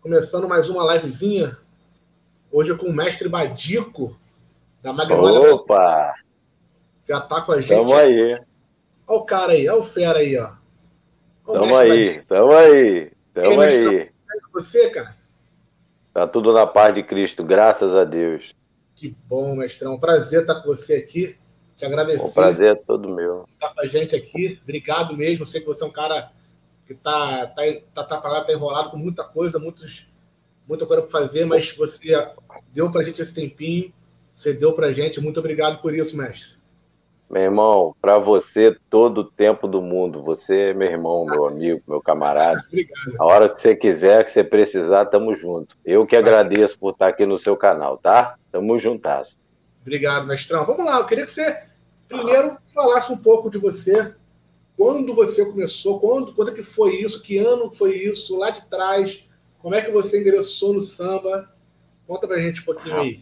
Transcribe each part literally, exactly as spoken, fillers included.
Começando mais uma livezinha. Hoje com o mestre Badico, da Magnólia. Opa! Já tá com a gente. Tamo aí. Olha o cara aí, olha o fera aí, ó. Olha tamo aí, Badico. tamo aí, tamo aí. aí. Com você, cara? Tá tudo na paz de Cristo, graças a Deus. Que bom, mestrão. Prazer estar com você aqui. Te agradecer. O prazer é todo meu. Tá com a gente aqui. Obrigado mesmo. Sei que você é um cara que tá, tá, tá, tá, tá enrolado com muita coisa, muitos, muita coisa para fazer, mas você deu pra gente esse tempinho, você deu pra gente. Muito obrigado por isso, mestre. Meu irmão, para você, todo o tempo do mundo. Você é meu irmão, meu amigo, meu camarada. Obrigado. A hora que você quiser, que você precisar, tamo junto. Eu que agradeço por estar aqui no seu canal, tá? Tamo juntas. Obrigado, mestrão. Vamos lá, eu queria que você primeiro falasse um pouco de você. Quando você começou, quando, quando é que foi isso, que ano foi isso, lá de trás, como é que você ingressou no samba? Conta pra gente um pouquinho aí.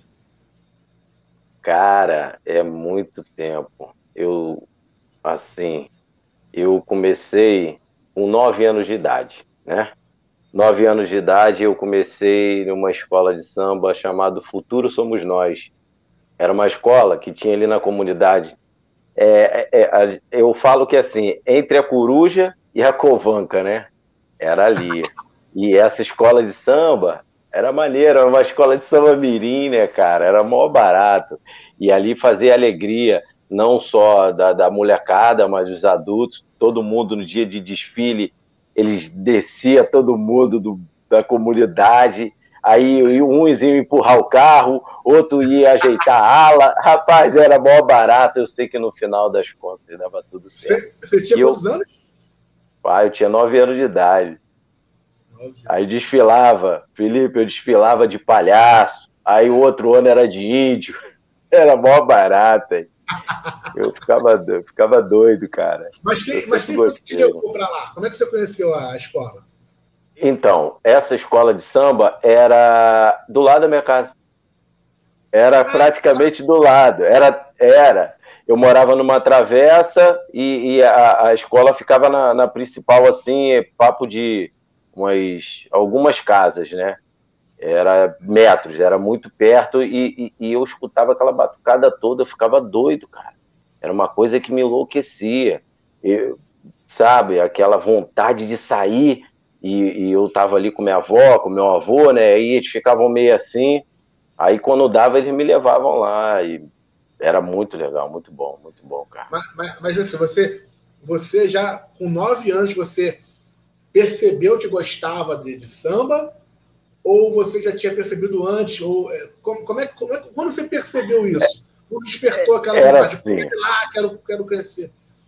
Cara, é muito tempo. Eu, assim, eu comecei com nove anos de idade, né? Nove anos de idade eu comecei numa escola de samba chamada Futuro Somos Nós. Era uma escola que tinha ali na comunidade. É, é, eu falo que assim, entre a Coruja e a Covanca, né? Era ali. E essa escola de samba era maneira, era uma escola de samba mirim, né, cara? Era mó barato. E ali fazia alegria, não só da, da molecada, mas dos adultos. Todo mundo no dia de desfile, eles descia todo mundo do, da comunidade. Aí uns iam empurrar o carro, outro ia ajeitar a ala. Rapaz, era mó barato. Eu sei que no final das contas dava tudo certo. Você, você tinha e quantos eu, anos? Pai, eu tinha nove anos de idade. Aí desfilava, Felipe, eu desfilava de palhaço. Aí o outro ano era de índio. Era mó barato. Hein? Eu ficava, eu ficava doido, cara. Mas quem, mas quem foi que te levou pra lá? Como é que você conheceu a escola? Então, essa escola de samba era do lado da minha casa. Era praticamente do lado. Era, era. Eu morava numa travessa e, e a, a escola ficava na, na principal, assim, papo de umas, algumas casas, né? Era metros, era muito perto e, e, e eu escutava aquela batucada toda, eu ficava doido, cara. Era uma coisa que me enlouquecia. Eu, sabe, aquela vontade de sair e, e eu tava ali com minha avó, com meu avô, né? E eles ficavam meio assim. Aí quando dava, eles me levavam lá e era muito legal, muito bom, muito bom, cara. Mas, mas, mas você, você já com nove anos, você percebeu que gostava de, de samba? Ou você já tinha percebido antes? Ou como, como, é, como é quando você percebeu isso? Quando despertou aquela Era vontade? assim. De lá, quero, quero crescer.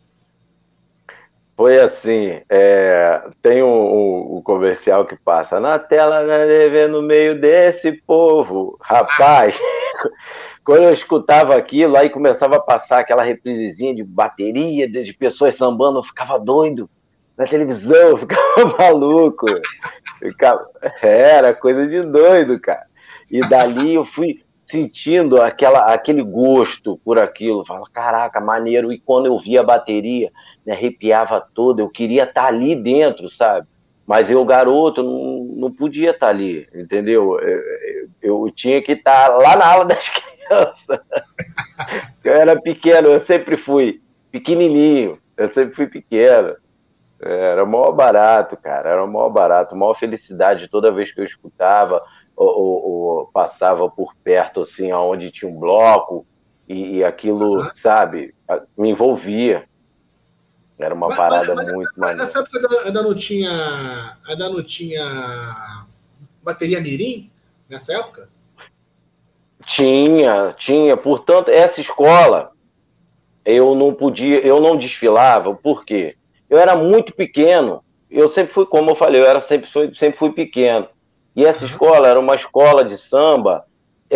Foi assim, é, tem um, um, um comercial que passa na tela, na T V, no meio desse povo. Rapaz, ah, quando eu escutava aquilo, aí começava a passar aquela reprisezinha de bateria, de, de pessoas sambando, eu ficava doido. Na televisão, eu ficava maluco. Ficava, era coisa de doido, cara. E dali eu fui sentindo aquela, aquele gosto por aquilo. Falava, caraca, maneiro. E quando eu via a bateria, me arrepiava todo. Eu queria estar ali dentro, sabe? Mas eu, garoto, não, não podia estar ali, entendeu? Eu, eu, eu tinha que estar lá na ala das crianças. Eu era pequeno, eu sempre fui pequenininho. Eu sempre fui pequeno. Era o maior barato, cara. Era o maior barato, a maior felicidade toda vez que eu escutava ou, ou, ou passava por perto, assim, onde tinha um bloco e, e aquilo, ah, sabe, me envolvia. Era uma mas, parada mas, muito maneira. Nessa época ainda não tinha, ainda não tinha bateria mirim nessa época? Tinha, tinha. Portanto, essa escola eu não podia, eu não desfilava. Por quê? Eu era muito pequeno, eu sempre fui, como eu falei, eu era sempre, sempre fui pequeno. E essa uhum. escola era uma escola de samba,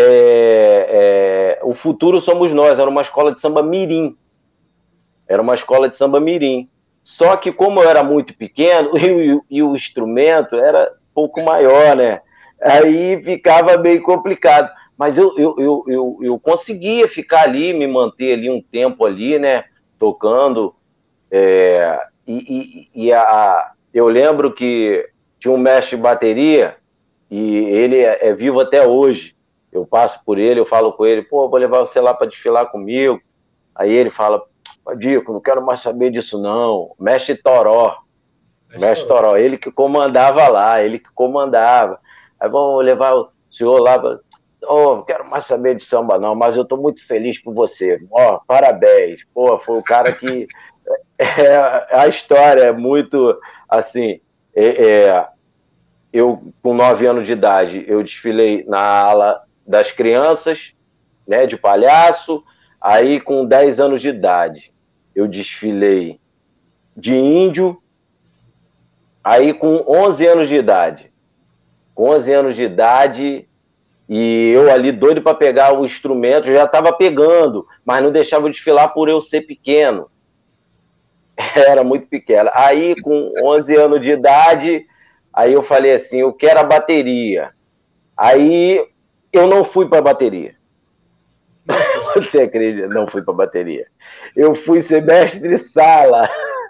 é, é, o futuro somos nós, era uma escola de samba mirim. Era uma escola de samba mirim. Só que como eu era muito pequeno, e, e, e o instrumento era um pouco maior, né? Aí ficava meio complicado. Mas eu, eu, eu, eu, eu conseguia ficar ali, me manter ali um tempo ali, né? Tocando. É, e e, e a, eu lembro que tinha um mestre de bateria e ele é, é vivo até hoje. Eu passo por ele, eu falo com ele, pô, vou levar você lá para desfilar comigo. Aí ele fala, Dico, não quero mais saber disso não, Mestre Toró, Mestre, Mestre Toró. Toró, ele que comandava lá, ele que comandava. Aí vamos levar o senhor lá, oh, não quero mais saber de samba não, mas eu estou muito feliz por você, ó, oh, parabéns, pô, foi o cara que, é, a história é muito, assim, é, é, eu com nove anos de idade, eu desfilei na ala das crianças, né, de palhaço. Aí com dez anos de idade eu desfilei de índio. Aí com onze anos de idade, com onze anos de idade, e eu ali doido para pegar o instrumento, já estava pegando, mas não deixava eu desfilar por eu ser pequeno. Era muito pequeno. Aí com onze anos de idade, aí eu falei assim, eu quero a bateria. Aí eu não fui para a bateria. Você acredita? Não fui para a bateria. Eu fui ser mestre de sala.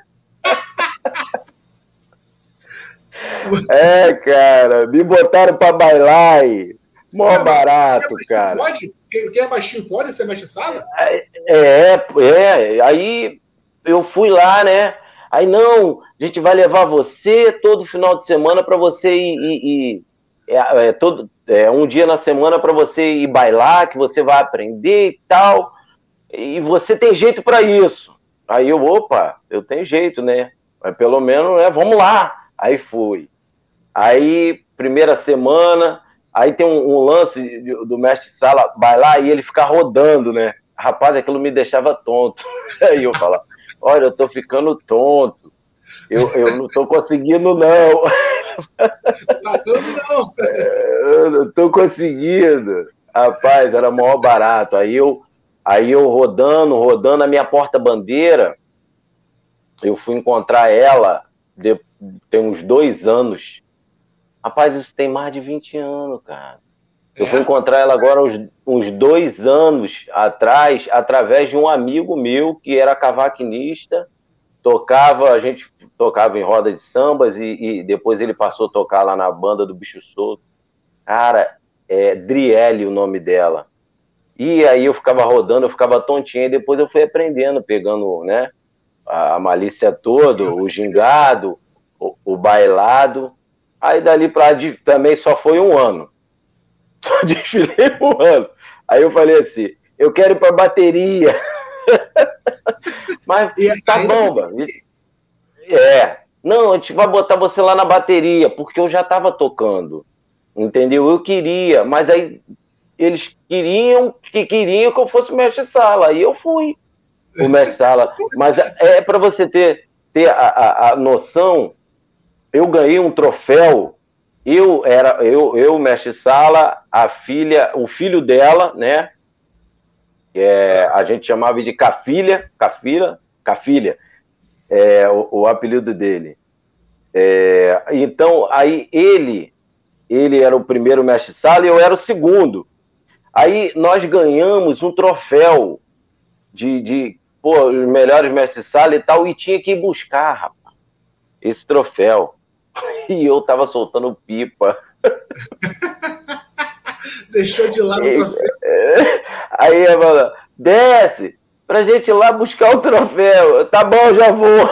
É, cara, me botaram para bailar. Mó é, barato, quem cara. Pode? Quem é baixinho pode ser mestre de sala? É, é. Aí eu fui lá, né? Aí não, a gente vai levar você todo final de semana para você ir, ir, ir é, é, todo, é, um dia na semana para você ir bailar, que você vai aprender e tal. E você tem jeito para isso. Aí eu, opa, eu tenho jeito, né? Mas pelo menos, né? Vamos lá. Aí fui. Aí, primeira semana, aí tem um, um lance do mestre sala, vai lá e ele fica rodando, né? Rapaz, aquilo me deixava tonto. Aí eu falo, olha, eu tô ficando tonto. Eu, eu não tô conseguindo, não. Tá dando, não. Eu não tô conseguindo. Rapaz, era maior barato. Aí eu, aí eu rodando, rodando a minha porta-bandeira, eu fui encontrar ela de, tem uns dois anos. Rapaz, isso tem mais de vinte anos, cara. Eu fui encontrar ela agora uns, uns dois anos atrás, através de um amigo meu que era cavaquinista, tocava, a gente tocava em roda de sambas e, e depois ele passou a tocar lá na banda do Bicho Solto. Cara, é Driele o nome dela. E aí eu ficava rodando, eu ficava tontinha e depois eu fui aprendendo, pegando, né, a malícia toda, o gingado, o, o bailado. Aí dali pra também só foi um ano. Só desfilei um ano. Aí eu falei assim, eu quero ir pra bateria. Mas tá bom, mano. É. Não, a gente vai botar você lá na bateria, porque eu já tava tocando. Entendeu? Eu queria, mas aí eles queriam que queriam que eu fosse mestre sala. Aí eu fui o mestre sala. Mas é para você ter, ter a, a, a noção, eu ganhei um troféu. Eu era eu, eu mestre sala, a filha, o filho dela, né? É, a gente chamava de Cafilha, Cafilha, Cafilha, é o, o apelido dele. É, então, aí ele, ele era o primeiro mestre sala e eu era o segundo. Aí nós ganhamos um troféu de, de pô, os melhores mestres sala e tal, e tinha que ir buscar, rapaz, esse troféu. E eu tava soltando pipa. Deixou de lado o troféu. Aí ela falou, desce pra gente ir lá buscar o troféu. Tá bom, já vou.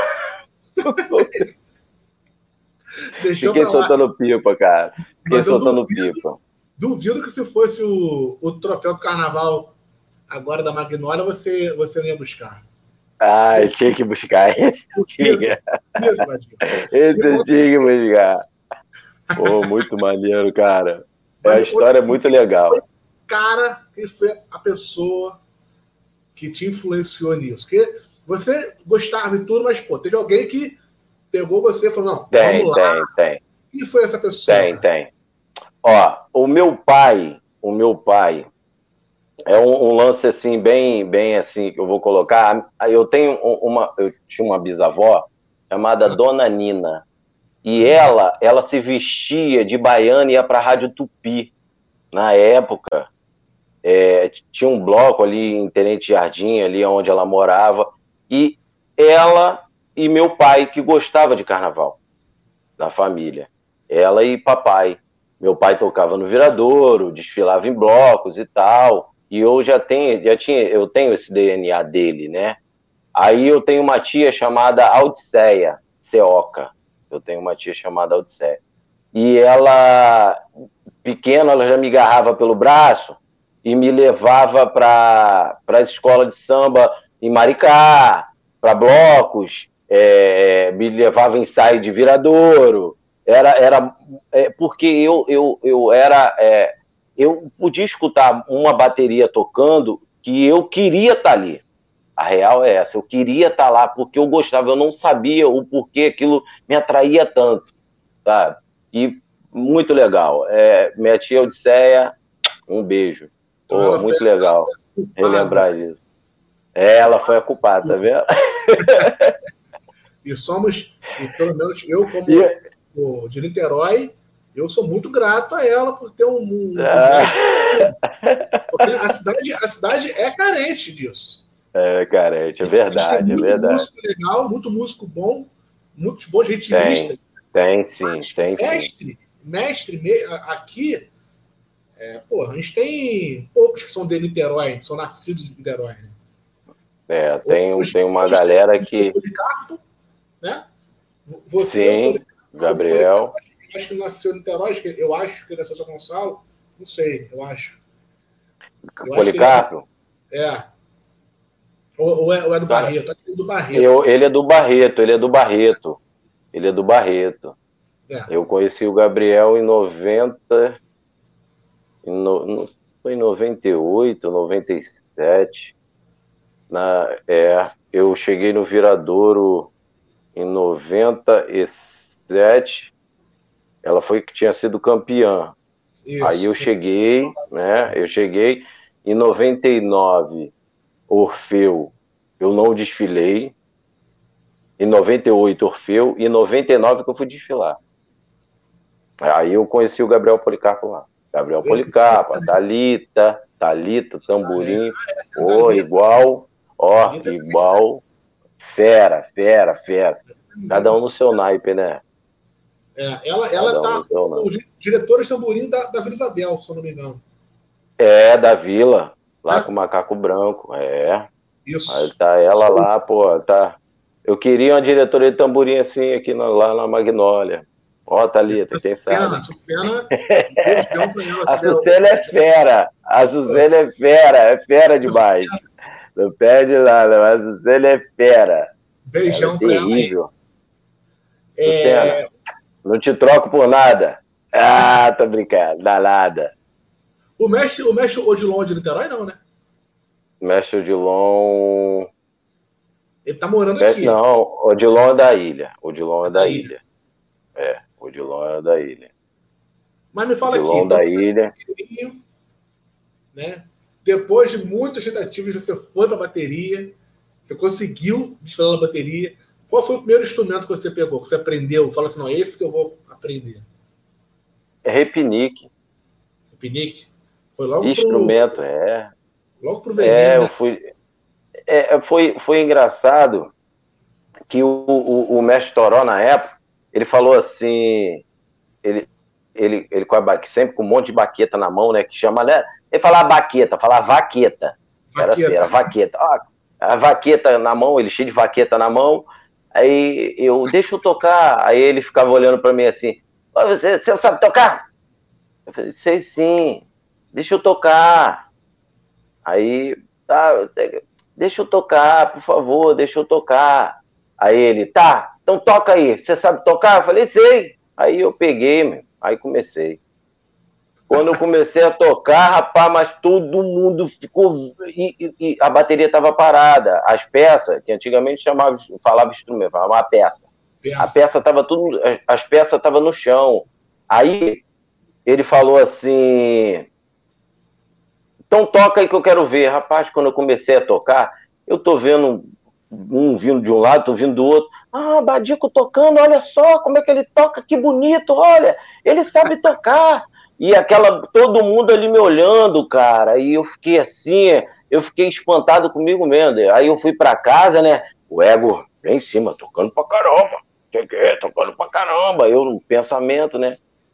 Deixou Fiquei pra soltando lá. pipa, cara. Fiquei Mas soltando duvido, pipa. Duvido que se fosse o, o troféu do carnaval agora da Magnólia, você, você não ia buscar. Ah, eu tinha que buscar. Esse eu tinha. Esse eu tinha que buscar. Pô, muito maneiro, cara. A história é muito legal. Cara, quem foi a pessoa que te influenciou nisso? Porque você gostava de tudo, mas, pô, teve alguém que pegou você e falou, não, tem, vamos lá. Tem, tem. Quem foi essa pessoa? Tem, cara? tem. Ó, o meu pai, o meu pai, é um, um lance assim, bem, bem assim, que eu vou colocar. Eu tenho uma, eu tinha uma bisavó chamada Dona Nina. E ela, ela se vestia de baiana e ia para a Rádio Tupi. Na época, é, tinha um bloco ali em Tenente Jardim, ali onde ela morava. E ela e meu pai, que gostava de carnaval, da família. Ela e papai. Meu pai tocava no Viradouro, desfilava em blocos e tal, e eu já tenho, já tinha, eu tenho esse D N A dele, né? Aí eu tenho uma tia chamada Audiceia Seoca. Eu tenho uma tia chamada Audiceia. E ela, pequena, ela já me agarrava pelo braço e me levava para as escolas de samba em Maricá, para blocos, é, me levava em ensaio de Viradouro. Era, era é, porque eu, eu, eu era. É, eu podia escutar uma bateria tocando que eu queria estar ali. A real é essa, eu queria estar lá porque eu gostava, eu não sabia o porquê aquilo me atraía tanto, sabe? E muito legal. É, minha tia Odisseia, um beijo. Então Pô, ela foi, muito legal relembrar disso. Ela foi a culpada, tá vendo? E somos, e pelo menos eu, como e... de Niterói, eu sou muito grato a ela por ter um. um ah. Porque a cidade, a cidade é carente disso. É carente, é verdade, tem muito é verdade. Músico legal, muito músico bom, muitos bons ritmistas. Tem, tem sim, tem mestre, sim. Mestre, aqui, é, porra, a gente tem poucos que são de Niterói, que são nascidos de Niterói, né? É, tem, hoje, tem uma galera que. Policarpo, né? Você, sim, Policarpo, Gabriel. Policarpo, acho que nasceu em Niterói, eu acho que ele nasceu em São Gonçalo, não sei, eu acho. Eu Policarpo? Acho que ele é... é. Ou, ou, é, ou é do Barreto? Acho que é do Barreto. Eu, ele é do Barreto, ele é do Barreto. Ele é do Barreto. É. Eu conheci o Gabriel em noventa. Em no, foi em noventa e oito, noventa e sete. Na, é, eu cheguei no Viradouro em noventa e sete. Ela foi que tinha sido campeã. Isso. Aí eu cheguei, né? Eu cheguei em noventa e nove. Orfeu, eu não desfilei. Em noventa e oito, Orfeu. E em noventa e nove que eu fui desfilar. Aí eu conheci o Gabriel Policarpo lá. Gabriel Policarpo, a Thalita, Thalita, tamborim. Ó, oh, igual, ó, oh, igual. Fera, fera, fera. Cada um no seu naipe, né? É, ela, ela tá um com os diretores de tamborim da, da Vila Isabel, se eu não me engano. É, da Vila. Lá é. Com o Macaco Branco, é. Isso. Aí tá ela Isso. lá, pô, tá. Eu queria uma diretoria de tamborim assim aqui na, lá na Magnólia. Ó, Thalita, quem sabe? A Sucena, a Sucena é fera. A Sucena é fera, é fera demais. Não perde nada, mas a Sucena é fera. Beijão é pra terrível. ela. Sucena, é... não te troco por nada. Ah, tô brincando, dá nada. O mestre, o mestre Odilon é de Niterói, não, né? O mestre Odilon... Ele tá morando mestre, aqui. Não, Odilon é da ilha. Odilon é, é da, da ilha. ilha. É, Odilon é da ilha. Mas me fala Odilon aqui. Então da ilha. Né? Depois de muitas tentativas, você foi pra bateria. Você conseguiu desfilar na bateria. Qual foi o primeiro instrumento que você pegou? Que você aprendeu? Fala assim, não, esse que eu vou aprender. É repinique. Repinique? Foi logo Instrumento, pro... é. Logo pro veneno, É, eu né? fui... É, foi, foi engraçado que o, o, o mestre Toró, na época, ele falou assim, ele, ele, ele com a, sempre com um monte de baqueta na mão, né, que chama, né, ele falava baqueta, falava vaqueta, vaqueta. Era assim, era vaqueta, ó, a vaqueta na mão, ele cheio de vaqueta na mão, aí eu, deixa eu tocar, aí ele ficava olhando pra mim assim, você, você sabe tocar? Eu falei, sei sim, deixa eu tocar, aí, tá, deixa eu tocar, por favor, deixa eu tocar. Aí ele, tá, então toca aí, você sabe tocar? Eu falei, sei. Aí eu peguei, meu, aí comecei. Quando eu comecei a tocar, rapaz, mas todo mundo ficou... E, e, e a bateria estava parada. As peças, que antigamente chamava, falava instrumento, falava uma peça. peça. A peça estava tudo... As peças estavam no chão. Aí ele falou assim... Então toca aí que eu quero ver. Rapaz, quando eu comecei a tocar, eu tô vendo um vindo de um lado, tô vindo do outro. Ah, Badico tocando, olha só como é que ele toca, que bonito, olha, ele sabe tocar. E aquela, todo mundo ali me olhando, cara, e eu fiquei assim, eu fiquei espantado comigo mesmo. Aí eu fui pra casa, né, o ego lá em cima, tocando pra caramba, cheguei, tocando pra caramba, eu no pensamento, né.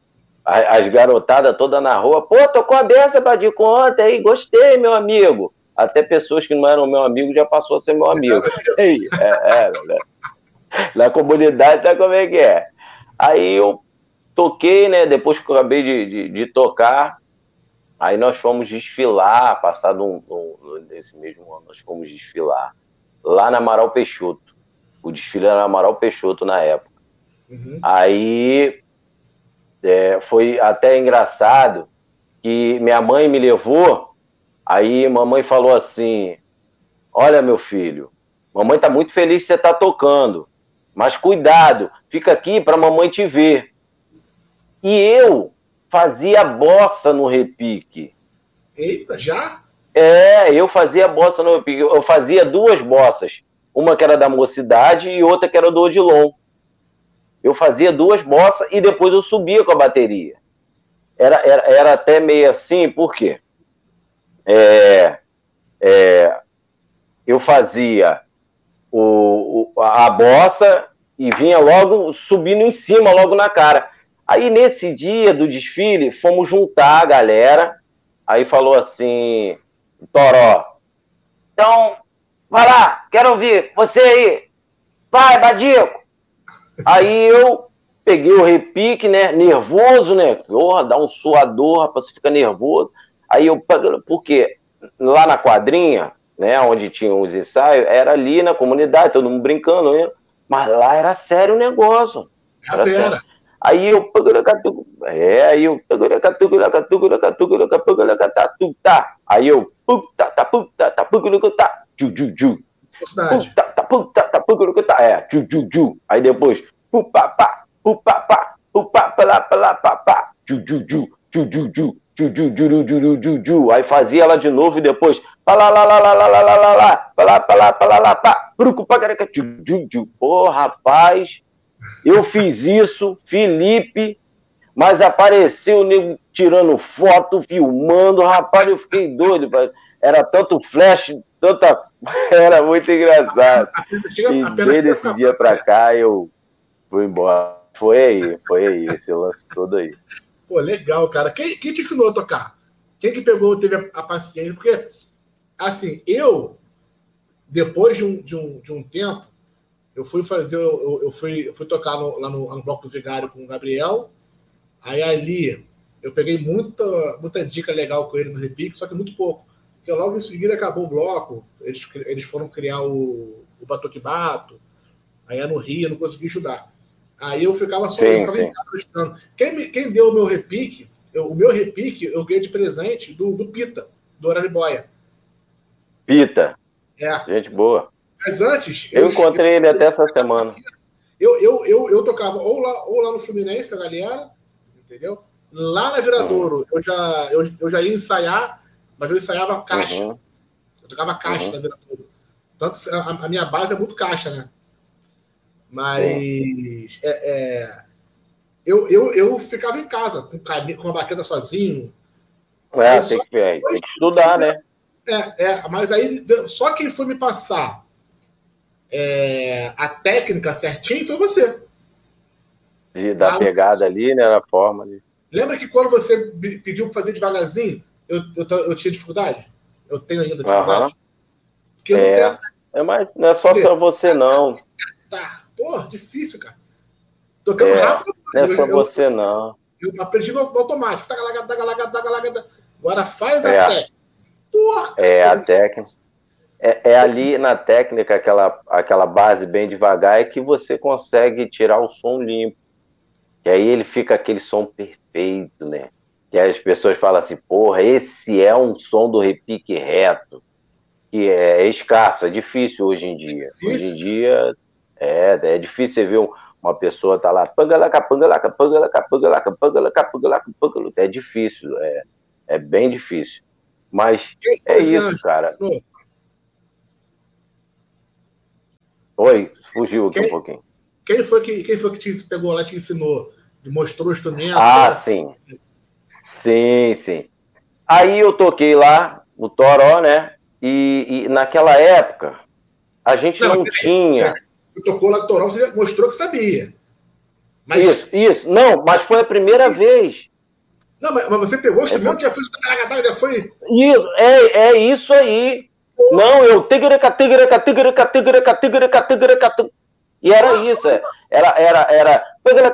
as garotadas todas na rua, pô, tocou a benção, Badico, ontem aí, gostei, meu amigo. Até pessoas que não eram meu amigo já passou a ser meu amigo. É, é, é, na comunidade, sabe como é que é? Aí eu toquei, né? Depois que eu acabei de, de, de tocar, aí nós fomos desfilar, passado um, um, nesse mesmo ano, nós fomos desfilar lá na Amaral Peixoto. O desfile era na Amaral Peixoto na época. Uhum. Aí é, foi até engraçado que minha mãe me levou, aí mamãe falou assim, olha meu filho, mamãe tá muito feliz que você tá tocando, mas cuidado, fica aqui para mamãe te ver. E eu fazia bossa no repique. Eita, já? É, eu fazia bossa no repique, eu fazia duas bossas, uma que era da Mocidade e outra que era do Odilon. Eu fazia duas bossas e depois eu subia com a bateria. Era, era, era até meio assim, por quê? É, é, eu fazia o, o, a bossa e vinha logo subindo em cima, logo na cara. Aí nesse dia do desfile, fomos juntar a galera, aí falou assim, Toró, então, vai lá, quero ouvir, você aí, vai, Badico. Aí eu peguei o repique, né, nervoso, né, porra, dá um suador, rapaz, você fica nervoso. Aí eu, porque lá na quadrinha, né, onde tinham os ensaios, era ali na comunidade, todo mundo brincando, né, mas lá era sério o negócio. Era sério. Aí eu, é, aí eu, aí eu, puta, tá, puta, tá, puta, tá, ju, ju, ju. Puta, tá, puta, tá, puta, é, ju, ju, ju. Aí depois, pupa, pá, pupa, pá, pupa, pá, pá, pá, pá, ju, ju, ju, ju, ju, ju, ju, ju, ju, ju, ju, ju. Aí fazia ela de novo e depois, pá, lá, lá, lá, lá, lá, lá, lá, lá, lá, pá, lá, pá, lá, pá, lá, lá, pá, pruco, pá, careca, ju, ju, ju. Pô, rapaz, eu fiz isso, Felipe, mas apareceu o nego tirando foto, filmando, rapaz, eu fiquei doido, era tanto flash, tanta... era muito engraçado. E desde esse dia pra cá eu fui embora. Foi aí, foi aí, esse lance todo aí. Pô, legal, cara. Quem, quem te ensinou a tocar? Quem que pegou, teve a, a paciência? Porque, assim, eu, depois de um, de um, de um tempo, eu fui fazer, eu, eu, fui, eu fui tocar no, lá, no, lá no Bloco do Vigário com o Gabriel. Aí ali eu peguei muita, muita dica legal com ele no repique, só que muito pouco. Porque logo em seguida acabou o bloco, eles, eles foram criar o, o Batuque Bato, aí é no Rio, eu não consegui estudar. Aí eu ficava só, sim, eu ficava em casa estudando. Quem, me, quem deu o meu repique, eu, o meu repique eu ganhei de presente do, do Pita, do Araribóia. Pita? É. Gente boa. Mas antes... Eu, eu encontrei ele até essa semana. Eu, eu, eu, eu tocava ou lá, ou lá no Fluminense, a galera, entendeu? Lá na Viradouro, uhum. eu, já, eu, eu já ia ensaiar, mas eu ensaiava caixa. Uhum. Eu tocava caixa uhum. na Viradouro. Tanto a, a minha base é muito caixa, né? Mas é, é, eu, eu, eu ficava em casa, com, com a baqueta sozinho. É, tem que, é, tem que estudar, né? É, é, mas aí só quem foi me passar é, a técnica certinho foi você. De, da ah, pegada ali, né? Na forma ali. Lembra que quando você pediu para fazer devagarzinho, eu, eu, eu tinha dificuldade? Eu tenho ainda dificuldade. Uhum. Porque eu é, não tenho... é, mas não é só para você, não. Tá. Pô, difícil, cara. Tocando é, rápido. Não é só eu, você, não. Eu aprendi no automático. Agora faz é. a técnica. Porra, é, a técnica. É, é ali na técnica, aquela, aquela base bem devagar, é que você consegue tirar o som limpo. E aí ele fica aquele som perfeito, né? Que aí as pessoas falam assim, porra, esse é um som do repique reto. Que é, é escasso, é difícil hoje em dia. É hoje em dia é, é difícil você ver uma pessoa tá lá, pangalaca, pangalaca, pangalaca, pangalaca, pangalaca, pangalaca, pangalaca. É difícil, é, é bem difícil. Mas é isso, cara. Oi, fugiu aqui quem, um pouquinho. Quem foi que, quem foi que te pegou lá e te ensinou? Mostrou o instrumento? Ah, né? sim. Sim, sim. Aí eu toquei lá, no Toró, né? E, e naquela época, a gente não, não tinha... Você tocou lá no Toró, você já mostrou que sabia. Mas... Isso, isso. Não, mas foi a primeira vez. Não, mas, mas você pegou o instrumento, é, já fez o tacaracatá, já foi... É, é isso aí. Pô. Não, eu... Tigreca, tigreca, tigreca, tigreca, tigreca, tigreca, e era Nossa, isso, é. era, era, era...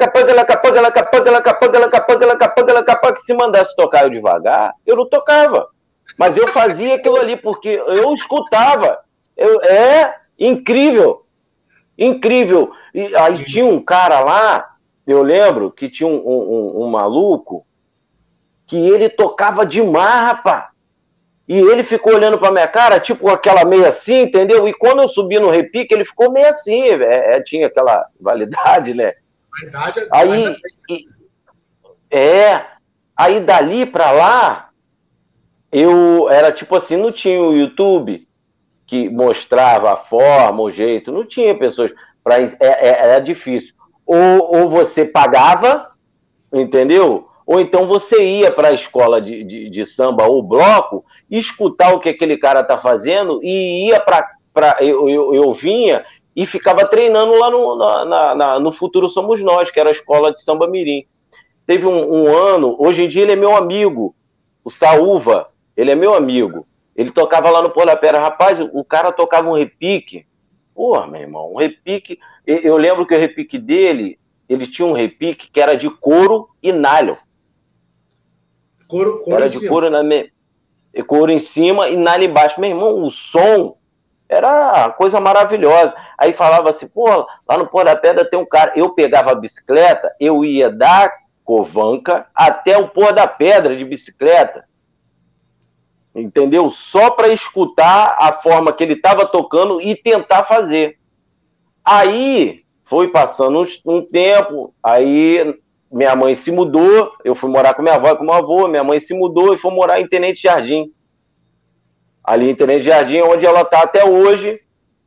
que se mandasse tocar eu devagar, eu não tocava. Mas eu fazia aquilo ali, porque eu escutava. Eu, é incrível. Incrível. E aí tinha um cara lá, eu lembro, que tinha um, um, um maluco, que ele tocava demais, rapaz. E ele ficou olhando pra minha cara, tipo aquela meia assim, entendeu? E quando eu subi no repique, ele ficou meio assim, é, é, tinha aquela validade, né? Validade, aí, validade. E, é, aí dali pra lá, eu era tipo assim, não tinha o YouTube que mostrava a forma, o jeito, não tinha pessoas, pra, é, é, era difícil. Ou, ou você pagava, entendeu? Ou então você ia para a escola de, de, de samba ou bloco, escutar o que aquele cara tá fazendo e ia para... Eu, eu, eu vinha e ficava treinando lá no, na, na, no Futuro Somos Nós, que era a escola de samba mirim. Teve um, um ano, hoje em dia ele é meu amigo, o Saúva, ele é meu amigo. Ele tocava lá no Polapera. Rapaz, o cara tocava um repique. Porra, meu irmão, um repique... Eu lembro que o repique dele, ele tinha um repique que era de couro e nylon. Couro, couro era em de cima. couro, na me... couro em cima e nylon embaixo. Meu irmão, o som era coisa maravilhosa. Aí falava assim, pô, lá no Pôr da Pedra tem um cara. Eu pegava a bicicleta, eu ia da Covanca até o Pôr da Pedra de bicicleta. Entendeu? Só para escutar a forma que ele estava tocando e tentar fazer. Aí foi passando um, um tempo, aí minha mãe se mudou, eu fui morar com minha avó e com meu avô, minha mãe se mudou e foi morar em Tenente Jardim. Ali em Tenente Jardim, onde ela está até hoje.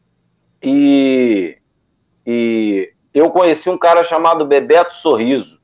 E, e eu conheci um cara chamado Bebeto Sorriso.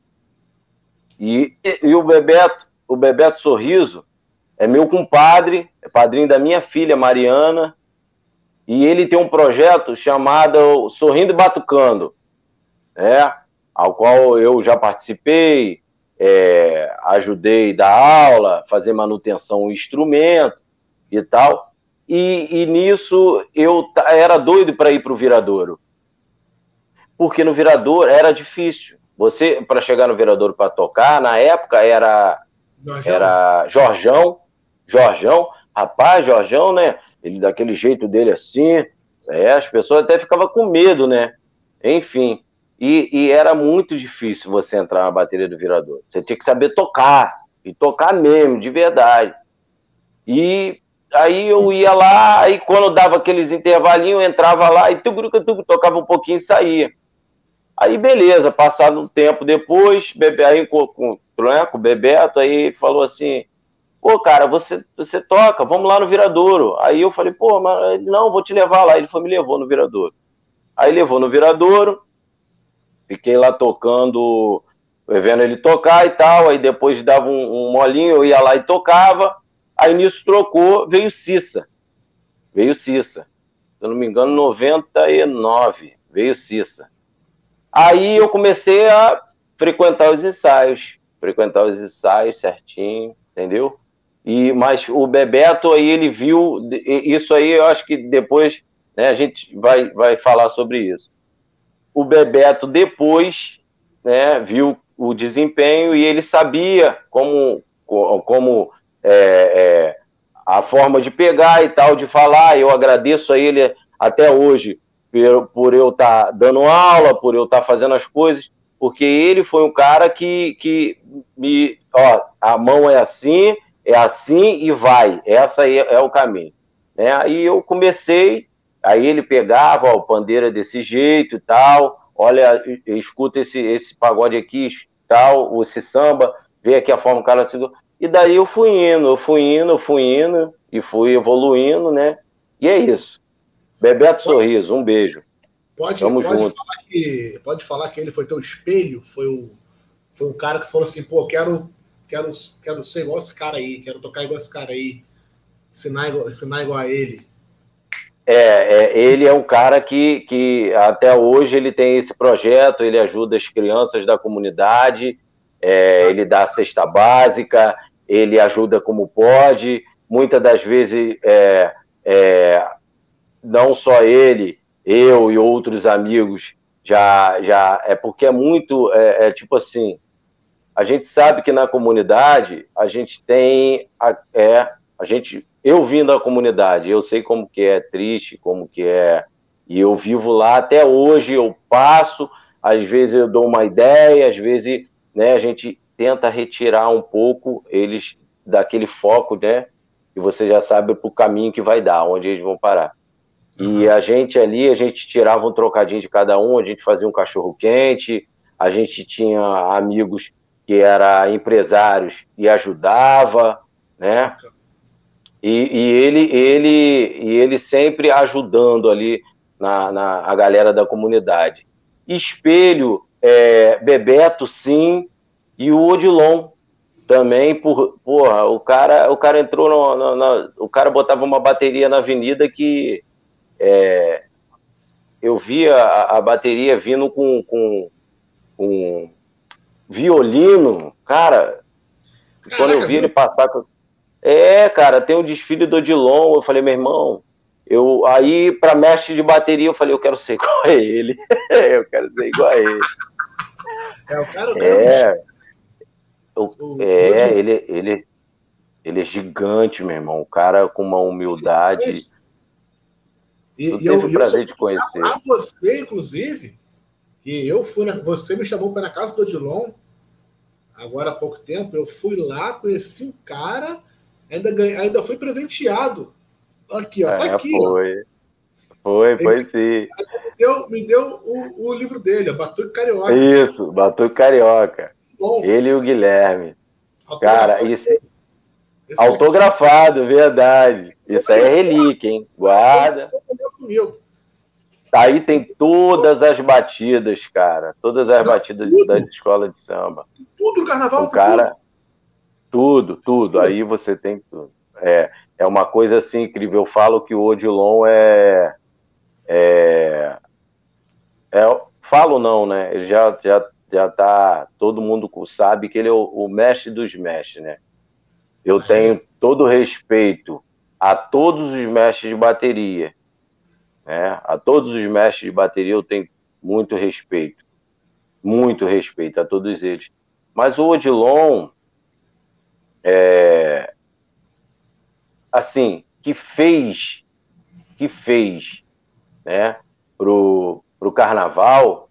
E, e, e o Bebeto, o Bebeto Sorriso é meu compadre, é padrinho da minha filha, Mariana, e ele tem um projeto chamado Sorrindo e Batucando, né? Ao qual eu já participei, é, ajudei a dar aula, fazer manutenção do instrumento e tal. E, e nisso eu era doido para ir para o Viradouro. Porque no Viradouro era difícil. Você, para chegar no Viradouro para tocar, na época era Jorjão. era Jorjão, Jorjão, rapaz, Jorjão, né? Ele daquele jeito dele assim, é, as pessoas até ficavam com medo, né? Enfim, e, e era muito difícil você entrar na bateria do Viradouro. Você tinha que saber tocar, e tocar mesmo, de verdade. E aí eu ia lá, aí quando dava aqueles intervalinhos, eu entrava lá e tuc, tuc, tocava um pouquinho e saía. Aí beleza, passado um tempo depois, bebê, aí com, com, com o Bebeto, aí falou assim, pô, cara, você, você toca, vamos lá no Viradouro. Aí eu falei, pô, mas não, vou te levar lá. Ele foi, me levou no Viradouro. Aí levou no Viradouro, fiquei lá tocando, vendo ele tocar e tal, aí depois dava um, um molinho, eu ia lá e tocava, aí nisso trocou, veio Cissa, veio Cissa, se eu não me engano, noventa e nove, veio Cissa. Aí eu comecei a frequentar os ensaios, frequentar os ensaios certinho, entendeu? E, mas o Bebeto aí, ele viu, isso aí eu acho que depois, né, a gente vai, vai falar sobre isso. O Bebeto depois, né, viu o desempenho e ele sabia como, como é, é, a forma de pegar e tal, de falar. Eu agradeço a ele até hoje por, por eu estar tá dando aula, por eu estar tá fazendo as coisas, porque ele foi um cara que, que me, ó, a mão é assim, é assim e vai, essa aí é, é o caminho. Né? Aí eu comecei, aí ele pegava, ó, o pandeiro é desse jeito e tal, olha, escuta esse, esse pagode aqui, tal, esse samba, vê aqui a forma que o cara segura. E daí eu fui indo, eu fui indo, eu fui indo, e fui evoluindo, né? E é isso. Bebeto Sorriso, um beijo. Pode, Tamo pode, junto. Falar que, pode falar que ele foi teu espelho, foi, o, foi um cara que você falou assim, pô, quero, quero, quero ser igual esse cara aí, quero tocar igual esse cara aí, ensinar igual, ensinar igual a ele. É, é, ele é um cara que, que até hoje ele tem esse projeto, ele ajuda as crianças da comunidade é, ele dá a cesta básica, ele ajuda como pode, muitas das vezes, é, é, não só ele, eu e outros amigos, já, já é porque é muito, é, é tipo assim, a gente sabe que na comunidade, a gente tem, a, é, a gente, eu vim da comunidade, eu sei como que é triste, como que é, e eu vivo lá até hoje, eu passo, às vezes eu dou uma ideia, às vezes, né, a gente tenta retirar um pouco eles daquele foco, né, que você já sabe para o caminho que vai dar, onde eles vão parar. Uhum. E a gente ali, a gente tirava um trocadinho de cada um, a gente fazia um cachorro quente, a gente tinha amigos que eram empresários e ajudava, né? E, e, ele, ele, e ele sempre ajudando ali na, na a galera da comunidade. Espelho, é, Bebeto, sim, e o Odilon também, por, porra, o cara, o cara entrou, no, no, no, o cara botava uma bateria na avenida que é, eu via a, a bateria vindo com, com, com violino, cara, Caraca, quando eu vi ele passar... É, cara, tem um desfile do Odilon, eu falei, meu irmão, eu, aí pra mestre de bateria eu falei, eu quero ser igual a ele, eu quero ser igual a ele. É, o cara, o cara é, o, o, é o ele, ele, ele é gigante, meu irmão, o cara com uma humildade, e, eu e tive eu, o prazer eu de conhecer. A você, inclusive, que eu fui, na, você me chamou para na casa do Odilon, agora há pouco tempo, eu fui lá, conheci o cara, ainda, ganhei, ainda fui presenteado. Aqui, ó, é, tá aqui. Foi, ó. foi, foi sim. Me deu, me deu o, o livro dele, Batuque Carioca. Isso, Batuque Carioca. Bom, ele e o Guilherme. Cara, esse... Esse autografado, aqui, verdade. Isso aí é relíquia, hein? Guarda. Aí tem todas as batidas, cara. Todas as batidas tudo. das escolas de samba. Tudo, carnaval, o cara, tudo, tudo, tudo. Aí você tem tudo. É, é uma coisa assim incrível. Eu falo que o Odilon é, é, é. Falo não, né? Ele já, já, já tá. Todo mundo sabe que ele é o, o mestre dos mestres, né? Eu tenho todo o respeito a todos os mestres de bateria, né? A todos os mestres de bateria eu tenho muito respeito, muito respeito a todos eles. Mas o Odilon, é, assim, que fez, que fez, né, pro, pro carnaval,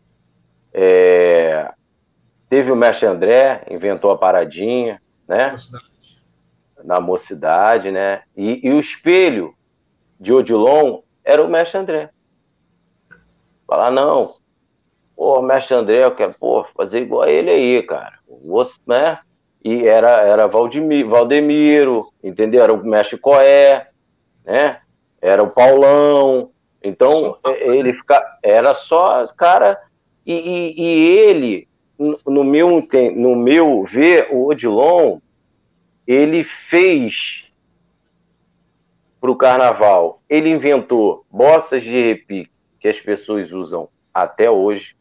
é, teve o mestre André, inventou a paradinha, né? Na mocidade, né? E, e o espelho de Odilon era o mestre André. Falar, não, pô, mestre André, eu quero, pô, fazer igual a ele aí, cara. Você, né? E era, era Valdemiro, Valdemiro, entendeu? Era o mestre Coé, né? Era o Paulão. Então, só, ele fica, era só, cara, e, e, e ele, no meu, no meu ver, o Odilon, ele fez para o carnaval, ele inventou bossas de repique que as pessoas usam até hoje.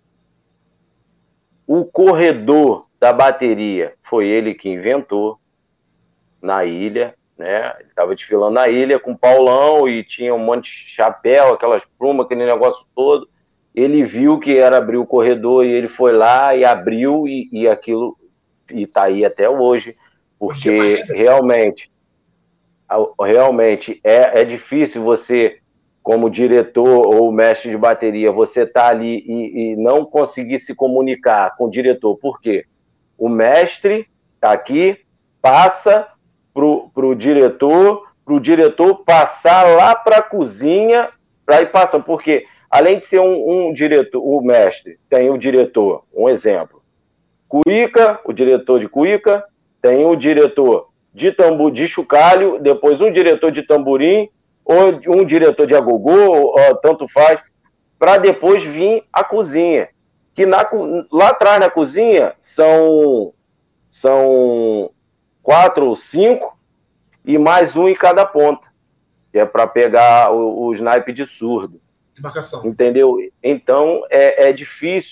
O corredor da bateria foi ele que inventou na ilha, né? Ele estava desfilando na ilha com o Paulão e tinha um monte de chapéu, aquelas plumas, aquele negócio todo. Ele viu que era abrir o corredor e ele foi lá e abriu e, e aquilo e está aí até hoje, porque realmente realmente é, é difícil você, como diretor ou mestre de bateria, você tá ali e, e não conseguir se comunicar com o diretor. Por quê? O mestre tá aqui, passa pro, pro diretor, pro diretor passar lá para a cozinha, para ir passando. Porque, além de ser um, um diretor, o mestre, tem o diretor, um exemplo, Cuíca, o diretor de Cuíca, tem o diretor de tambor, de chocalho, depois um diretor de tamborim, ou um diretor de agogô, ou, tanto faz, para depois vir a cozinha. Que na, lá atrás na cozinha são, são quatro ou cinco, e mais um em cada ponta, que é para pegar o, o snipe de surdo. Embarcação. Entendeu? Então é, é difícil.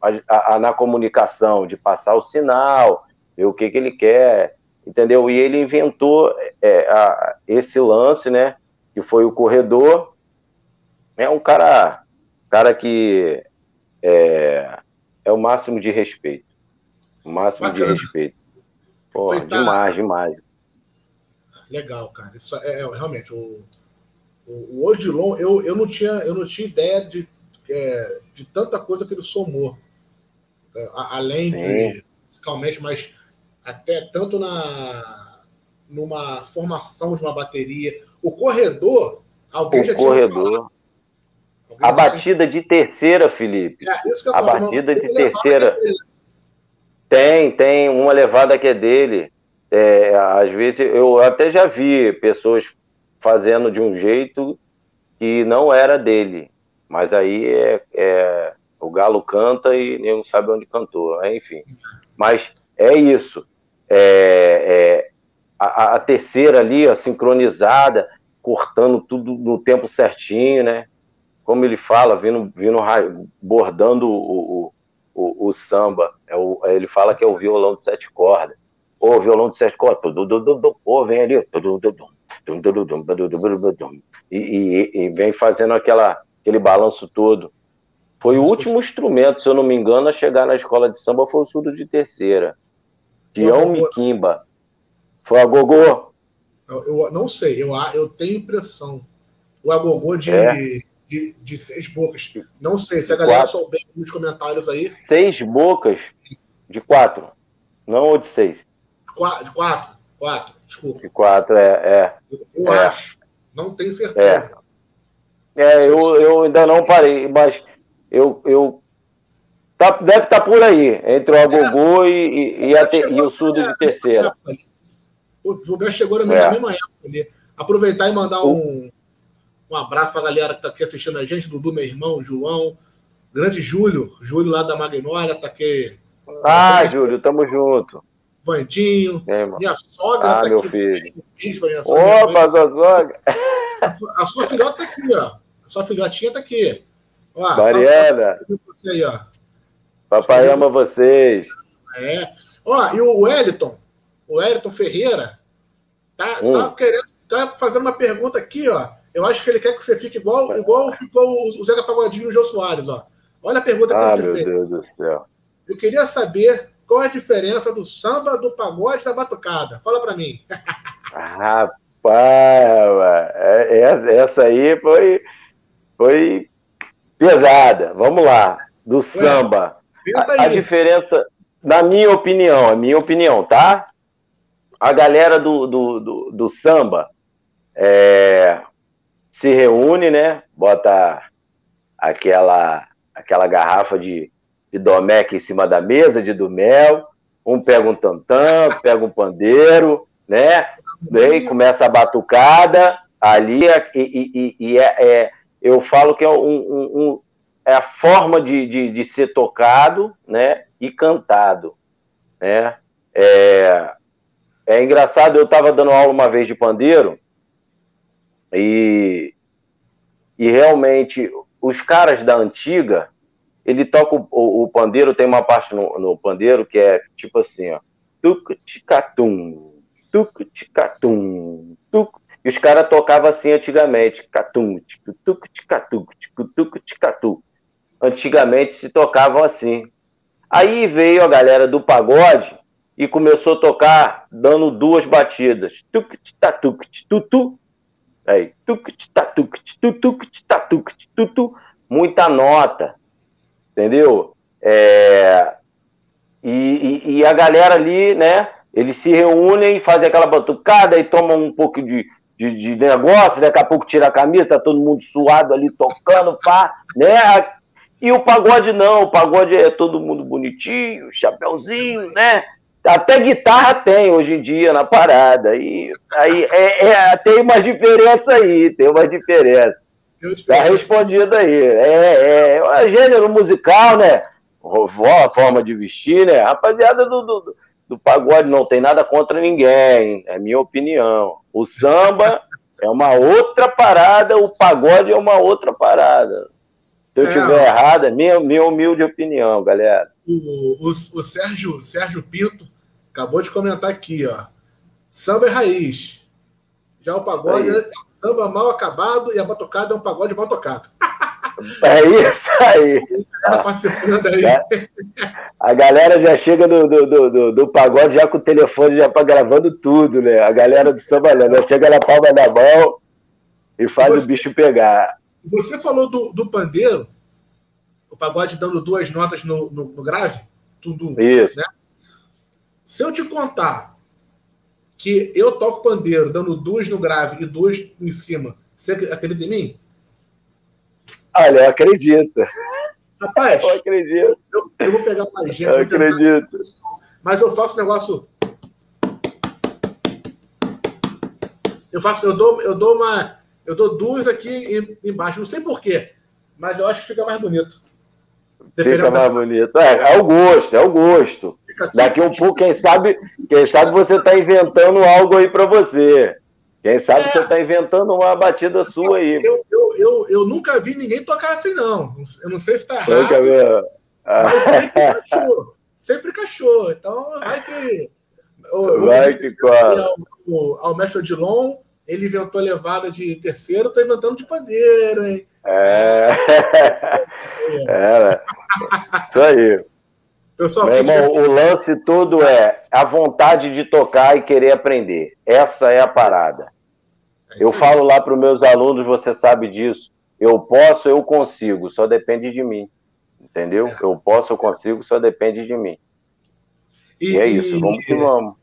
a, a, a, na comunicação, de passar o sinal, ver o que, que ele quer, entendeu? E ele inventou é, a, esse lance, né? Que foi o corredor. É um cara, cara que é, é o máximo de respeito. O máximo Bacana. de respeito. Pô, demais, demais. Legal, cara. Isso é, é realmente o, o, o Odilon, eu, eu, não tinha, eu não tinha ideia de, é, de tanta coisa que ele somou. A, além Sim. de musicalmente, mas até tanto na numa formação de uma bateria. O corredor, alguém o já corredor. tinha A batida tinha... de terceira, Felipe. É, isso que eu a falo, batida de terceira. Tem, tem uma levada que é dele. É, às vezes eu até já vi pessoas fazendo de um jeito que não era dele, mas aí é, é o galo canta e ninguém sabe onde cantou, enfim. Mas é isso. É, é, a, a terceira ali, a sincronizada, cortando tudo no tempo certinho, né? Como ele fala, vindo, vindo bordando o, o, o, o samba. É o, ele fala que é o violão de sete cordas. Ô, violão de sete cordas. Ô, vem ali. E, e, e vem fazendo aquela, aquele balanço todo. Foi o último instrumento, se eu não me engano, a chegar na escola de samba foi o surdo de terceira. Tião Miquimba. Foi a gogô? Eu, eu não sei, eu, eu tenho impressão. O agogô de, é. de, de seis bocas. Não sei, se a galera quatro. souber nos comentários aí. Seis bocas de quatro. Não ou de seis? De quatro, de quatro, quatro desculpa. De quatro, é. é. Eu, eu é. acho. Não tenho certeza. É, é eu, eu ainda não parei, mas eu, eu tá, deve estar tá por aí, entre o agogô é. e, e, a te, e o surdo de terceira. O Rubén chegou na mesma, é. mesma época ali. Aproveitar e mandar um, um abraço para a galera que está aqui assistindo a gente, Dudu, meu irmão, João, grande Júlio, Júlio lá da Magnólia, está aqui. Ah, tá Júlio, tamo junto. Vandinho, é, minha sogra ah, tá meu aqui. Filho. Minha sogra, Opa, sua sogra. A, a sua filhota tá aqui, ó. A sua filhotinha tá aqui. Ó, Mariana. Tá, você aí, ó. Papai ama vocês. É. Ó, e o Wellington, o Wellington Ferreira, tá, hum. tá querendo, tá fazendo uma pergunta aqui, ó. Eu acho que ele quer que você fique igual, igual ficou o Zeca Pagodinho e o Jô Soares, ó. Olha a pergunta que ah, ele fez. Ah, meu Deus do céu. Eu queria saber qual é a diferença do samba, do pagode e da batucada. Fala pra mim. Rapaz, essa aí foi, foi pesada. Vamos lá. Do Ué, samba. A, a diferença, na minha opinião, a minha opinião, tá? A galera do, do, do, do samba é, se reúne, né? Bota aquela, aquela garrafa de, de Domec em cima da mesa, de Dumel. Um pega um tantã, pega um pandeiro, né? Daí começa a batucada ali, e, e, e é, é, eu falo que é, um, um, um, é a forma de, de, de ser tocado, né, e cantado, né? É, é engraçado, eu estava dando aula uma vez de pandeiro e, e realmente os caras da antiga, ele toca o, o, o pandeiro, tem uma parte no, no pandeiro que é tipo assim, ó, tuc-ticatum, tuc-ticatum, tuc. E os caras tocavam assim antigamente, catum, tuc-ticatu, tuc-ticatu. Antigamente se tocavam assim. Aí veio a galera do pagode e começou a tocar dando duas batidas. Tuc-titatu, tutu. Aí, tuc-titatu, tutu, tutu. Muita nota, entendeu? É... E, e, e a galera ali, né? Eles se reúnem, fazem aquela batucada e tomam um pouco de, de, de negócio, daqui a pouco tira a camisa, tá todo mundo suado ali tocando, pá, né? E o pagode não, o pagode é todo mundo bonitinho, chapéuzinho, né? Até guitarra tem hoje em dia na parada. E aí é, é, tem uma diferença aí, tem uma diferença. Tá respondido aí. É, é, é gênero musical, né? A forma de vestir, né? Rapaziada do, do, do pagode não tem nada contra ninguém, é minha opinião. O samba é uma outra parada, o pagode é uma outra parada. Se eu estiver é, errado, é minha, minha humilde opinião, galera. O, o, o Sérgio, Sérgio Pinto acabou de comentar aqui, ó. Samba é raiz. Já o pagode é samba mal acabado e a batucada é um pagode mal tocado. É isso aí. Tá participando aí. A galera já chega do, do, do, do pagode já com o telefone já gravando tudo, né? A galera do samba já chega na palma da mão e faz você, o bicho pegar. Você falou do, do pandeiro, o pagode dando duas notas no, no, no grave, tudo. Isso. Né? Se eu te contar que eu toco pandeiro dando duas no grave e duas em cima, você acredita em mim? Olha, eu acredito. Rapaz, eu acredito. Eu, eu vou pegar uma agenda. Eu acredito. Mas eu faço um negócio. Eu faço, eu dou, eu dou uma, eu dou duas aqui embaixo. Não sei porquê, mas eu acho que fica mais bonito. Fica mais bonito. É, é o gosto, é o gosto. Daqui um pouco, quem sabe, quem sabe você está inventando algo aí para você. Quem sabe é. você está inventando uma batida sua aí. Eu, eu, eu, eu nunca vi ninguém tocar assim, não. Eu não sei se está errado, mas sempre cachou. Sempre cachou. Então, vai que... Vai que corre. Ao, ao, ao mestre Odilon, ele inventou a levada de terceiro, eu estou inventando de pandeiro, hein? É. é. Isso aí. Pessoal, meu irmão, o lance todo é a vontade de tocar e querer aprender. Essa é a parada. É eu falo lá para os meus alunos, você sabe disso. Eu posso, eu consigo, só depende de mim. Entendeu? É. Eu posso, eu consigo, só depende de mim. E, e é isso, vamos que vamos.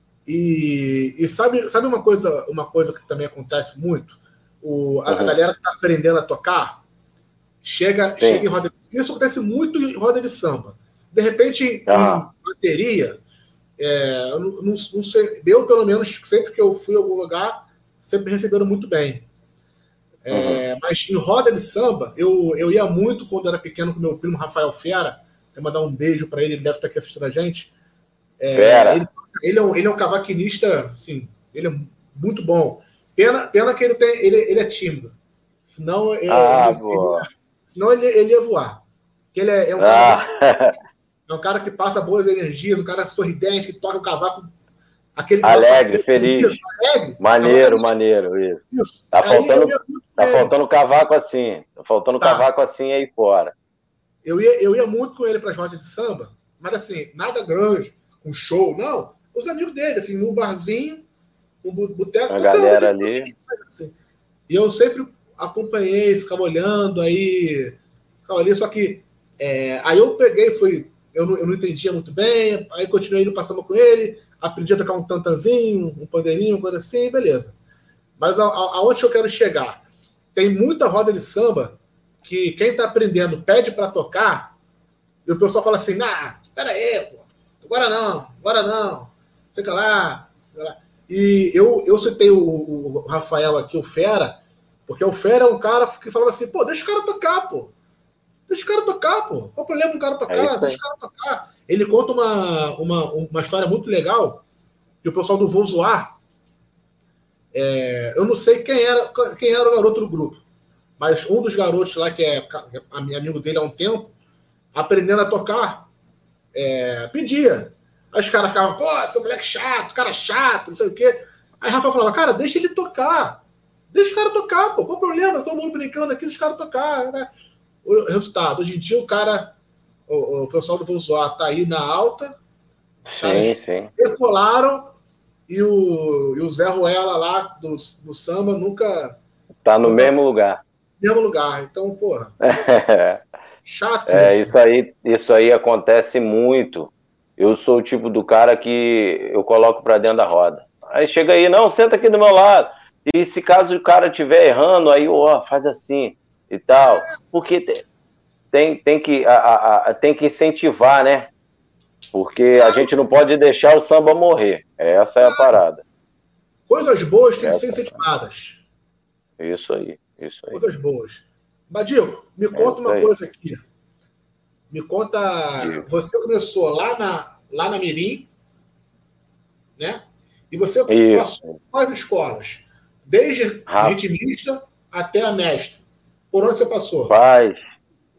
E, e sabe, sabe uma coisa, uma coisa que também acontece muito? O, a, uhum. a galera que está aprendendo a tocar chega, chega em roda de... Isso acontece muito em roda de samba. De repente, ah. em bateria, é, eu não, não, não sei, eu pelo menos, sempre que eu fui a algum lugar, sempre receberam muito bem. É, uhum. Mas em roda de samba, eu, eu ia muito quando era pequeno com meu primo Rafael Fera. Quero mandar um beijo para ele, ele deve estar aqui assistindo a gente. É, Fera. Ele, ele, é um, ele é um cavaquinista, assim, ele é muito bom. Pena, pena que ele, tem, ele, ele é tímido. Senão, ele, ah, ele, ele, senão ele, ele ia voar. Porque ele é, é um ah. cara. É um cara que passa boas energias, um cara sorridente, que toca o cavaco. Aquele alegre, feliz. Alegre, maneiro, maneiro, isso. isso. Tá, faltando, tá faltando cavaco assim. Tá faltando tá. cavaco assim aí fora. Eu ia, eu ia muito com ele para as rodas de samba, mas assim, nada grande, com show, não. Os amigos dele, assim, no barzinho, no boteco. A galera ali. Assim. E eu sempre acompanhei, ficava olhando, aí. Ficava ali, só que. É, aí eu peguei, fui. Eu não, eu não entendia muito bem, aí continuei indo passando com ele, aprendi a tocar um tantanzinho, um pandeirinho, uma coisa assim, beleza. Mas a, a, aonde eu quero chegar? Tem muita roda de samba que quem está aprendendo pede para tocar e o pessoal fala assim, nah, espera aí, pô, agora não, agora não, sei lá. E eu, eu citei o, o Rafael aqui, o Fera, porque o Fera é um cara que falava assim, pô, deixa o cara tocar, pô. Deixa o cara tocar, pô. Qual o problema do cara tocar? É deixa o cara tocar. Ele conta uma, uma, uma história muito legal que o pessoal do Vou Zoar, é, eu não sei quem era, quem era o garoto do grupo, mas um dos garotos lá, que é amigo dele há um tempo, aprendendo a tocar, é, pedia. Aí os caras ficavam, pô, esse moleque chato, cara chato, não sei o quê. Aí Rafa falava, cara, deixa ele tocar. Deixa o cara tocar, pô. Qual o problema? Todo mundo brincando aqui, deixa os caras tocar, né? O resultado, hoje em dia o cara, o, o pessoal do Vou Zoar tá aí na alta, sim, sim. decolaram e o, e o Zé Ruela lá do, do samba nunca... Tá no nunca, mesmo lugar. Mesmo lugar, então, porra, chato é, isso. Isso aí, isso aí acontece muito. Eu sou o tipo do cara que eu coloco pra dentro da roda. Aí chega aí, não, senta aqui do meu lado. E se caso o cara estiver errando, aí, ó, faz assim. E tal, porque tem, tem, que, a, a, tem que incentivar, né? Porque a gente não pode deixar o samba morrer. Essa é a parada. Coisas boas têm que ser incentivadas. Isso aí, isso aí. Coisas boas. Badico, me conta uma coisa aqui. Me conta, você começou lá na, lá na Mirim, né? E você isso. passou quais escolas? Desde ritmista até a mestre. Por onde você passou? Paz,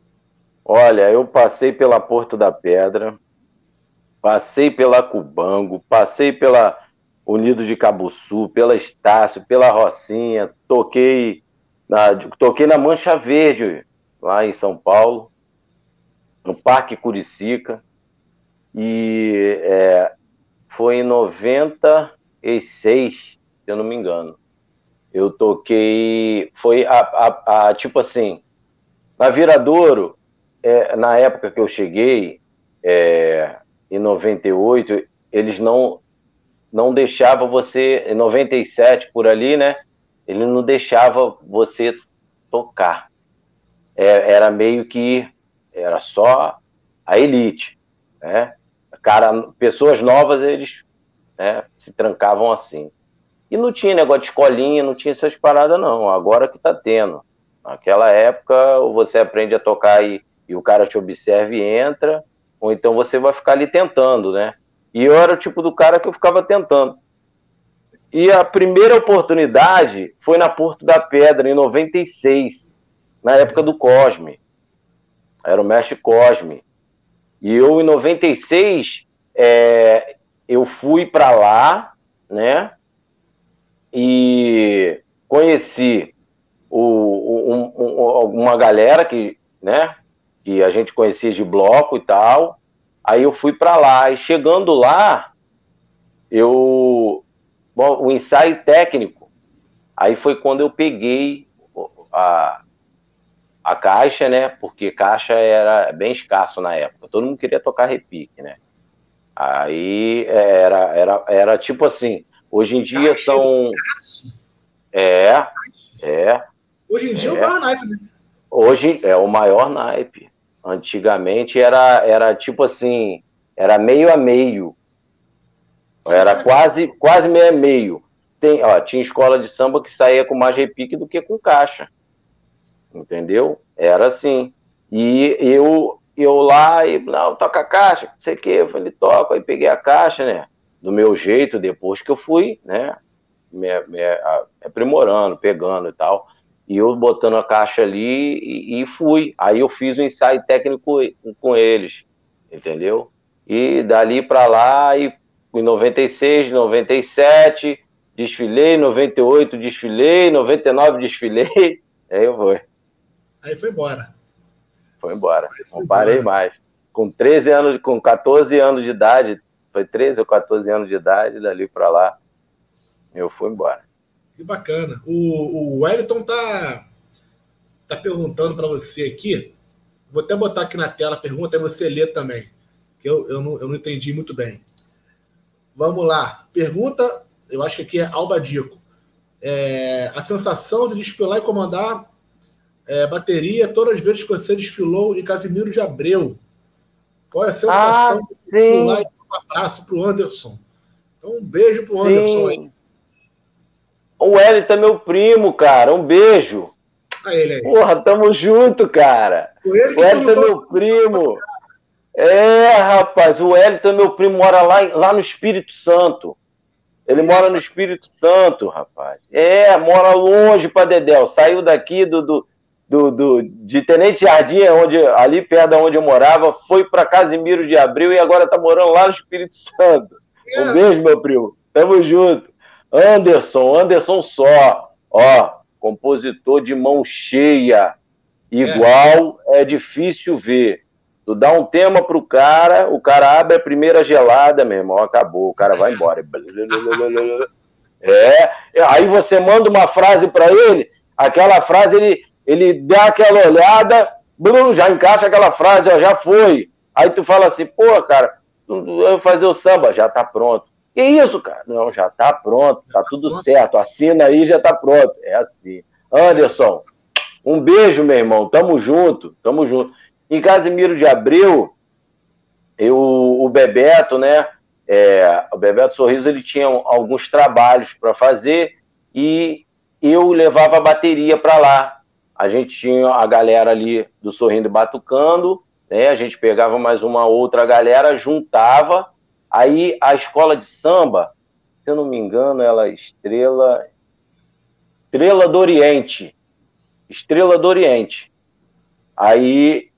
Olha, eu passei pela Porto da Pedra, passei pela Cubango, passei pela Unido de Cabuçu, pela Estácio, pela Rocinha, toquei na, toquei na Mancha Verde, lá em São Paulo, no Parque Curicica, e é, foi em noventa e seis, se eu não me engano. Eu toquei, foi a, a, a tipo assim, na Viradouro, é, na época que eu cheguei, é, em noventa e oito, eles não, não deixavam você, em noventa e sete por ali, né? Ele não deixava você tocar. É, era meio que, era só a elite, né? Cara, pessoas novas, eles, né, se trancavam assim. E não tinha negócio de escolinha, não tinha essas paradas, não. Agora que tá tendo. Naquela época, você aprende a tocar e, e o cara te observa e entra, ou então você vai ficar ali tentando, né? E eu era o tipo do cara que eu ficava tentando. E a primeira oportunidade foi na Porto da Pedra, em noventa e seis, na época do Cosme. Era o mestre Cosme. E eu, em noventa e seis, é, eu fui para lá, né? E conheci o, um, um, uma galera que, né, que a gente conhecia de bloco e tal. Aí eu fui para lá. E chegando lá, eu... Bom, o ensaio técnico, aí foi quando eu peguei a, a caixa, né? Porque caixa era bem escasso na época. Todo mundo queria tocar repique, né? Aí era, era, era tipo assim, hoje em dia Caixa são... É, é. Hoje em dia é o é. maior naipe, né? Hoje é o maior naipe. Antigamente era, era tipo assim, era meio a meio. Era quase, quase meio a meio. Tem, ó, tinha escola de samba que saía com mais repique do que com caixa. Entendeu? Era assim. E eu, eu lá, e, não, toca a caixa, não sei o que. Eu falei, toca. Aí peguei a caixa, né? Do meu jeito, depois que eu fui, né? Me, me aprimorando, pegando e tal. E eu botando a caixa ali e, e fui. Aí eu fiz um ensaio técnico com eles, entendeu? E dali para lá, e em noventa e seis, noventa e sete, desfilei, noventa e oito desfilei, noventa e nove desfilei, aí eu fui. Aí foi embora. Foi embora, foi não parei embora. mais. Com treze anos, com quatorze anos de idade, foi treze ou quatorze anos de idade, dali para lá, eu fui embora. Que bacana. O, o Wellington tá, tá perguntando para você aqui. Vou até botar aqui na tela a pergunta, aí você lê também. Que eu, eu, não, eu não entendi muito bem. Vamos lá. Pergunta, eu acho que aqui é Albadico. É, a sensação de desfilar e comandar é, bateria todas as vezes que você desfilou em Casimiro de Abreu. Qual é a sensação ah, de desfilar e um abraço para o Anderson? Então, um beijo para o Anderson aí. O Wellington é meu primo, cara. Um beijo. A ele aí. Porra, tamo junto, cara. O Wellington é meu primo. É, rapaz, o Wellington é meu primo, mora lá, lá no Espírito Santo. Ele é, mora no Espírito Santo, rapaz. É, mora longe pra Dedéu. Saiu daqui do, do, do, do, de Tenente Jardim, onde, ali perto de onde eu morava, foi pra Casimiro de Abreu e agora tá morando lá no Espírito Santo. É. Um beijo, meu primo. Tamo junto. Anderson, Anderson só. Ó, compositor de mão cheia. Igual é, é difícil ver. Tu dá um tema pro cara, o cara abre a primeira gelada, meu irmão, acabou, o cara vai embora. É, aí você manda uma frase para ele, aquela frase, ele, ele dá aquela olhada, já encaixa aquela frase, ó, já foi. Aí tu fala assim, pô, cara, eu vou fazer o samba, já tá pronto. Que isso, cara? Não, já tá pronto, tá tudo certo, assina aí, já tá pronto. É assim. Anderson, um beijo, meu irmão, tamo junto, tamo junto. Em Casimiro de Abreu, eu, o Bebeto, né? É, o Bebeto Sorriso, ele tinha alguns trabalhos para fazer e eu levava a bateria para lá. A gente tinha a galera ali do Sorrindo e Batucando, né? A gente pegava mais uma outra galera, juntava. Aí a escola de samba, se eu não me engano, ela é Estrela, Estrela do Oriente. Estrela do Oriente. Aí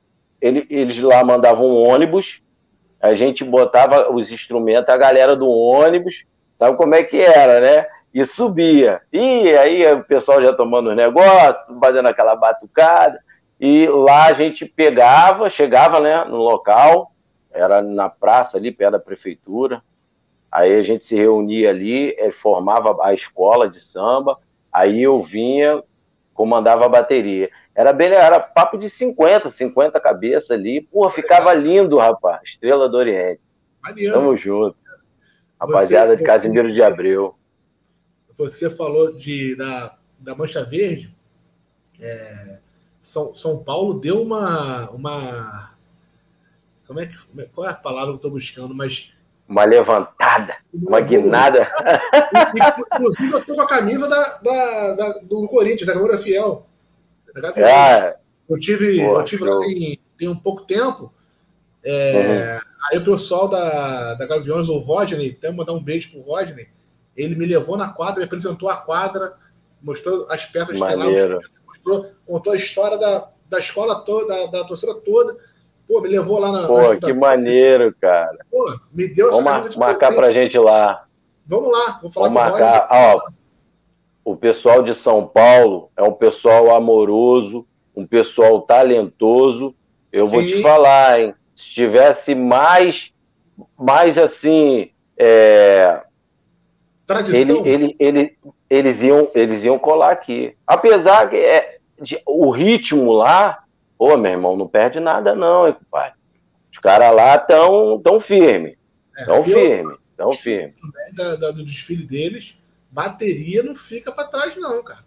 ele, eles lá mandavam um ônibus, a gente botava os instrumentos, a galera do ônibus, sabe como é que era, né? E subia. E aí o pessoal já tomando os negócios, fazendo aquela batucada. E lá a gente pegava, chegava, né, no local, era na praça ali, perto da prefeitura. Aí a gente se reunia ali, formava a escola de samba, aí eu vinha, comandava a bateria. Era bem, era papo de cinquenta, cinquenta cabeças ali. Pô, ficava lindo, rapaz. Estrela do Oriente. Maneiro. Tamo junto. Rapaziada você, de Casimiro você, de Abreu. Você falou de, da, da Mancha Verde. É, São, São Paulo deu uma, uma... Como é que... Qual é a palavra que eu estou buscando? Mas... Uma levantada, uma guinada. Inclusive, eu tô com a camisa da, da, da, do Corinthians, da Gaúcha Fiel. Da ah, eu tive, boa, eu tive lá tem, tem um pouco tempo. É, uhum. Aí o pessoal da, da Gaviões, o Rodney, até mandar um beijo pro Rodney, ele me levou na quadra, me apresentou a quadra, mostrou as peças que tem lá, mostrou, contou a história da, da escola toda, da, da torcida toda. Pô, me levou lá na... Pô, na que maneiro, cara. Pô, me deu essa Vamos mar marcar pra gente lá. Vamos lá, vou falar Vamos com marcar. o Ó, o pessoal de São Paulo é um pessoal amoroso, um pessoal talentoso. Eu Sim. vou te falar, hein? Se tivesse mais, mais assim... É... Tradição? Ele, ele, ele, eles, iam, eles iam colar aqui. Apesar que é, de, o ritmo lá... Pô, meu irmão, não perde nada não, hein, compadre. Os caras lá tão, tão firmes. É, tão firmes, tão firmes. Da, da, do desfile deles, bateria não fica para trás não, cara.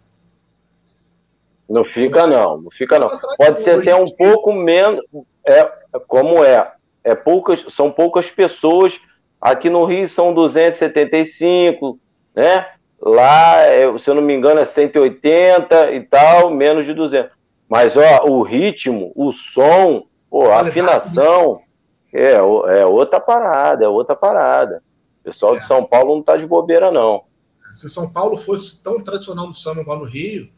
Não fica não, não fica não. Pode ser até um pouco menos, é, como é, é poucas, são poucas pessoas, aqui no Rio são duzentos e setenta e cinco, né? Lá, se eu não me engano, é cento e oitenta e tal, menos de duzentos. Mas, ó, o ritmo, o som, pô, a afinação, é, é outra parada, é outra parada. O pessoal é. de São Paulo não tá de bobeira, não. Se São Paulo fosse tão tradicional no samba igual no Rio,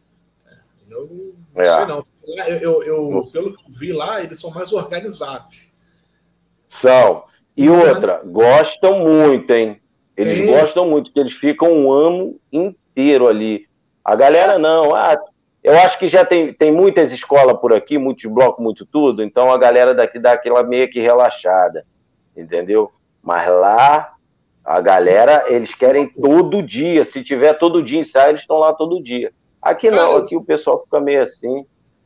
eu não é. sei não. Eu, eu, eu, pelo que eu vi lá, eles são mais organizados. São. E Mas... outra, gostam muito, hein? Eles é. gostam muito, porque eles ficam um ano inteiro ali. A galera é. não, ah... Eu acho que já tem, tem muitas escolas por aqui, muitos blocos, muito tudo, então a galera daqui dá aquela meio que relaxada, entendeu? Mas lá, a galera, eles querem todo dia, se tiver todo dia ensaio, eles estão lá todo dia. Aqui não, aqui o pessoal fica meio assim.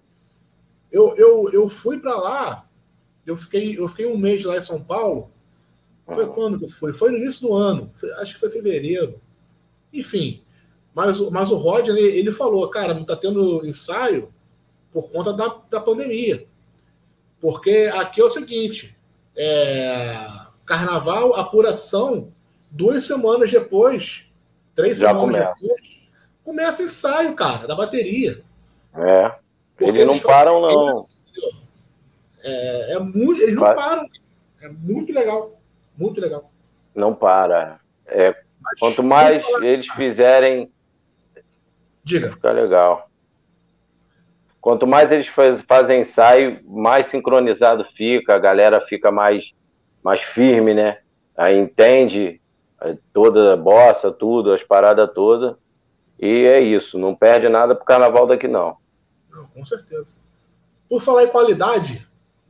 Eu, eu, eu fui para lá, eu fiquei, eu fiquei um mês lá em São Paulo, foi uhum. quando que foi? Foi no início do ano, foi, acho que foi fevereiro, enfim... Mas, mas o Rodney, ele falou, cara, não está tendo ensaio por conta da, da pandemia. Porque aqui é o seguinte, é, carnaval, apuração, duas semanas depois, três Já semanas começa. depois, começa o ensaio, cara, da bateria. É, Porque eles não param, não. É, é muito, eles não Vai. param. É muito legal, muito legal. Não para. É, quanto mais eles fizerem... Diga. Fica legal. Quanto mais eles faz, fazem ensaio, mais sincronizado fica, a galera fica mais, mais firme, né? Aí entende toda a bossa, tudo, as paradas todas. E é isso, não perde nada pro carnaval daqui, não. Não, com certeza. Por falar em qualidade,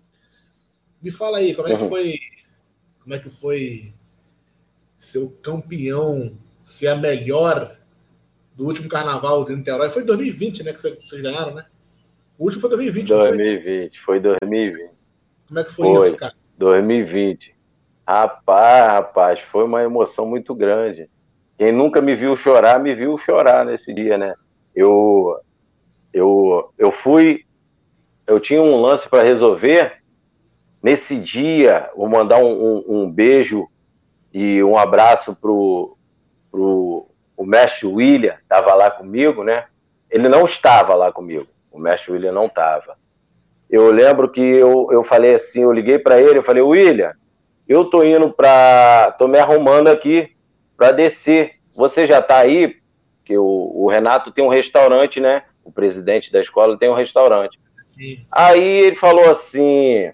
me fala aí, como é que uhum. foi, como é que foi ser o campeão, ser a melhor do último carnaval de Niterói? Foi em dois mil e vinte, né, que vocês ganharam, né? O último foi dois mil e vinte, dois mil e vinte, foi? foi dois mil e vinte. Como é que foi, foi isso, cara? dois mil e vinte. Rapaz, rapaz, foi uma emoção muito grande. Quem nunca me viu chorar, me viu chorar nesse dia, né? Eu, eu, eu fui... Eu tinha um lance para resolver. Nesse dia, vou mandar um, um, um beijo e um abraço pro... pro o mestre William estava lá comigo, né? Ele não estava lá comigo. O mestre William não estava. Eu lembro que eu, eu falei assim, eu liguei para ele, eu falei, William, eu tô indo para... Tô me arrumando aqui para descer. Você já tá aí? Porque o, o Renato tem um restaurante, né? O presidente da escola tem um restaurante. Sim. Aí ele falou assim,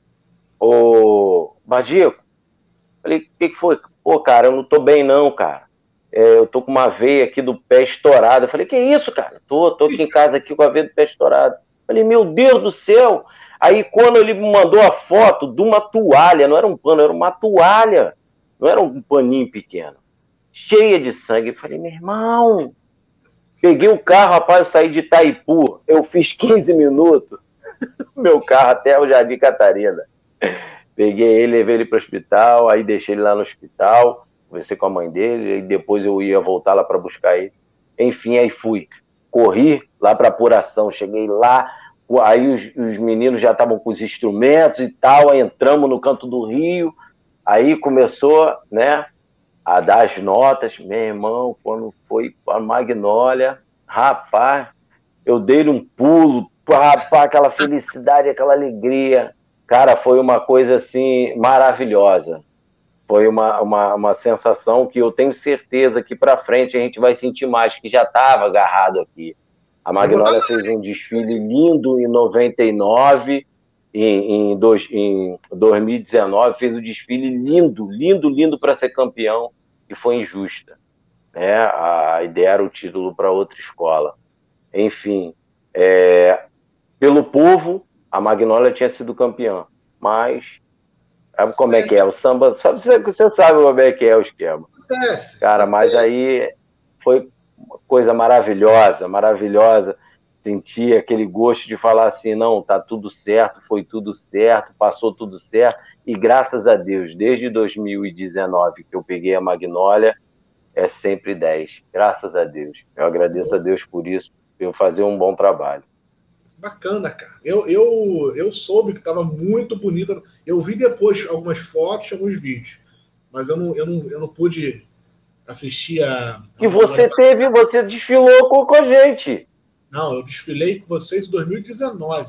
ô, Badico, falei, o que, que foi? Pô, cara, eu não tô bem não, cara. É, eu tô com uma veia aqui do pé estourada. Eu falei, que isso, cara? Tô, tô aqui em casa aqui com a veia do pé estourada. Eu falei, meu Deus do céu. Aí quando ele me mandou a foto de uma toalha, não era um pano, era uma toalha. Não era um paninho pequeno. Cheia de sangue. Eu falei, meu irmão... Peguei o carro, rapaz, eu saí de Itaipu. Eu fiz quinze minutos. Meu carro até o Jardim Catarina. Peguei ele, levei ele para o hospital, aí deixei ele lá no hospital, conversei com a mãe dele, e depois eu ia voltar lá para buscar ele. Enfim, aí fui. Corri lá para apuração, cheguei lá, aí os, os meninos já estavam com os instrumentos e tal, aí entramos no canto do rio, aí começou, né, a dar as notas. Meu irmão, quando foi a Magnólia, rapaz, eu dei um pulo, rapaz, aquela felicidade, aquela alegria. Cara, foi uma coisa assim maravilhosa. Foi uma, uma, uma sensação que eu tenho certeza que para frente a gente vai sentir mais, que já estava agarrado aqui. A Magnólia fez um desfile lindo em noventa e nove, em, em, dois, em dois mil e dezenove, fez um desfile lindo, lindo, lindo para ser campeão, e foi injusta. Né? A ideia era o título para outra escola. Enfim, é, pelo povo, a Magnólia tinha sido campeã, mas sabe como é que é? O samba, sabe, você sabe como é que é o esquema. Cara, mas aí foi uma coisa maravilhosa, maravilhosa, sentir aquele gosto de falar assim, não, tá tudo certo, foi tudo certo, passou tudo certo, e graças a Deus, desde dois mil e dezenove que eu peguei a Magnólia, é sempre dez, graças a Deus. Eu agradeço a Deus por isso, por eu fazer um bom trabalho. Bacana, cara. Eu, eu, eu soube que estava muito bonita. Eu vi depois algumas fotos, alguns vídeos, mas eu não, eu não, eu não pude assistir a... Que você teve, você desfilou com, com a gente. Não, eu desfilei com vocês em dois mil e dezenove.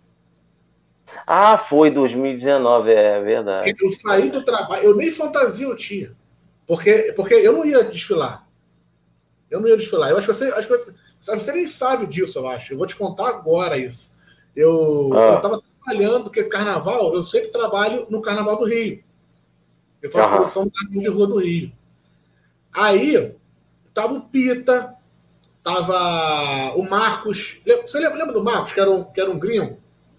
Ah, foi dois mil e dezenove, é verdade. Porque eu saí do trabalho, eu nem fantasia eu tinha. Porque, porque eu não ia desfilar. Eu não ia desfilar. Eu acho que você, acho que você, você nem sabe disso, eu acho. Eu vou te contar agora isso. Eu ah. estava trabalhando, porque carnaval, eu sempre trabalho no Carnaval do Rio. Eu faço ah. produção no Carnaval de Rua do Rio. Aí, tava o Pita, tava o Marcos. Você lembra, lembra do Marcos, que era um, que era um gringo?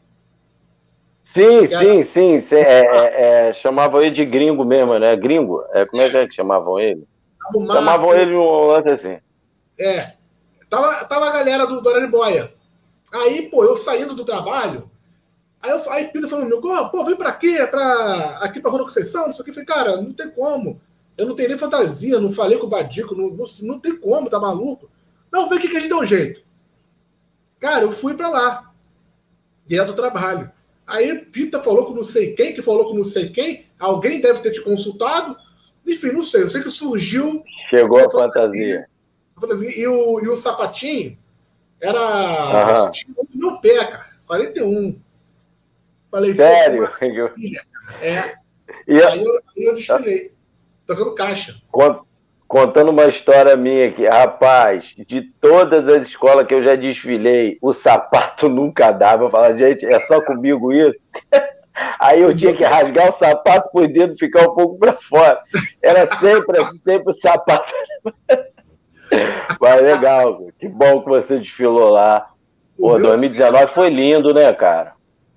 Sim, sim, sim. sim. É, é, é, chamavam ele de gringo mesmo, né? Gringo? É, como é que, é que chamavam ele? Marcos, chamavam ele um lance assim. É. Tava, tava a galera do, do Araribóia. Aí, pô, eu saindo do trabalho, aí, eu, aí Pita falando, meu, pô, vem pra quê? Pra, aqui pra Rua Conceição, não sei o que. Eu falei, cara, não tem como. Eu não tenho nem fantasia, não falei com o Badico, não, não, não tem como, tá maluco? Não, vem aqui que a gente deu um jeito. Cara, eu fui pra lá, direto do trabalho. Aí Pita falou com não sei quem, que falou com não sei quem, alguém deve ter te consultado, enfim, não sei, eu sei que surgiu... Chegou a fantasia. fantasia. E, o, e o sapatinho era... Uhum. Tinha no meu pé, cara, quarenta e um. Falei, sério? Pô, filha, é. E aí, eu, aí eu desfilei, tocando caixa. Contando uma história minha aqui, rapaz, de todas as escolas que eu já desfilei, o sapato nunca dava. Eu falava, gente, é só comigo isso? Aí eu tinha que rasgar o sapato por dentro e ficar um pouco para fora. Era sempre assim, sempre o sapato. Mas legal, que bom que você desfilou lá. Pô, dois mil e dezenove foi lindo, né, cara?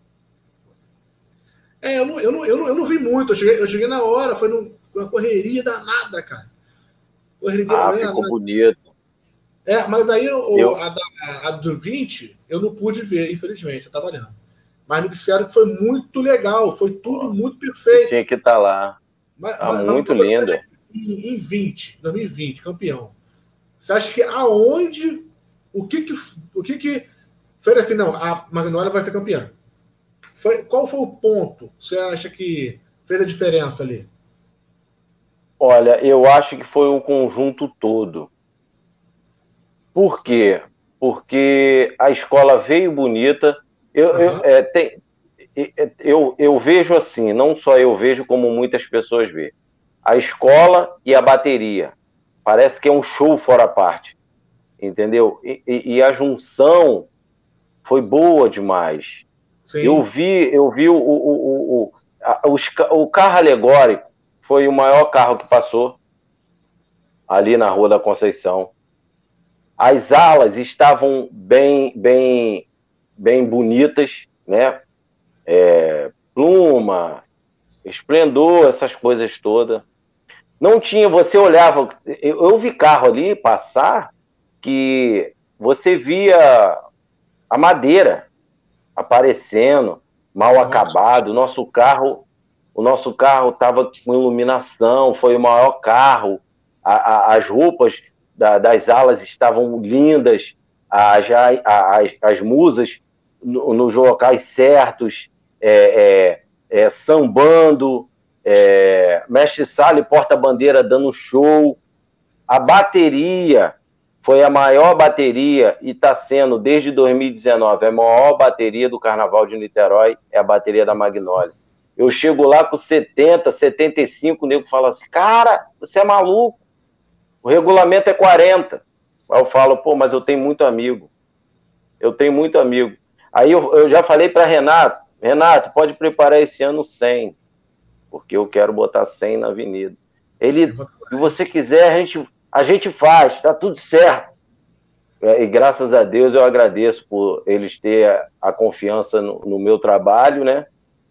É, eu não, eu não, eu não, eu não vi muito, eu cheguei, eu cheguei na hora, foi no, uma correria danada, cara. Correria ah, danada. ficou bonito. É, mas aí o, eu... a, a, a do vinte eu não pude ver, infelizmente, eu tava olhando. Mas me disseram que foi muito legal, foi tudo oh, muito perfeito. Tinha que estar tá lá. Mas, tá mas, muito mas lindo. Em, em vinte, dois mil e vinte, campeão. Você acha que aonde, o que que, o que que foi assim, não, a Magnólia vai ser campeã? Foi, qual foi o ponto que você acha que fez a diferença ali? Olha, eu acho que foi o conjunto todo. Por quê? Porque a escola veio bonita. Eu, uhum. eu, é, tem, eu, eu vejo assim, não só eu vejo, como muitas pessoas veem. A escola e a bateria. Parece que é um show fora a parte. Entendeu? E, e, e a junção foi boa demais. Sim. Eu vi, eu vi o, o, o, o, a, os, o carro alegórico, foi o maior carro que passou ali na Rua da Conceição. As alas estavam bem, bem, bem bonitas, né? É, pluma, esplendor, essas coisas todas. Não tinha, você olhava, eu, eu vi carro ali passar que você via a madeira aparecendo, mal acabado. O nosso carro, o nosso carro estava com iluminação, foi o maior carro. A, a, as roupas da, das alas estavam lindas, as, as, as musas no, nos locais certos, é, é, é, sambando, é, mestre Sala e porta-bandeira dando show. A bateria foi a maior bateria e está sendo, desde dois mil e dezenove, a maior bateria do Carnaval de Niterói é a bateria da Magnólia. Eu chego lá com setenta, setenta e cinco, o nego fala assim, cara, você é maluco, o regulamento é quarenta. Aí eu falo, pô, mas eu tenho muito amigo, eu tenho muito amigo. Aí eu, eu já falei para Renato, Renato, pode preparar esse ano cem, porque eu quero botar cem na avenida. Ele, se você quiser, a gente... A gente faz, tá tudo certo. E graças a Deus eu agradeço por eles terem a confiança no, no meu trabalho, né?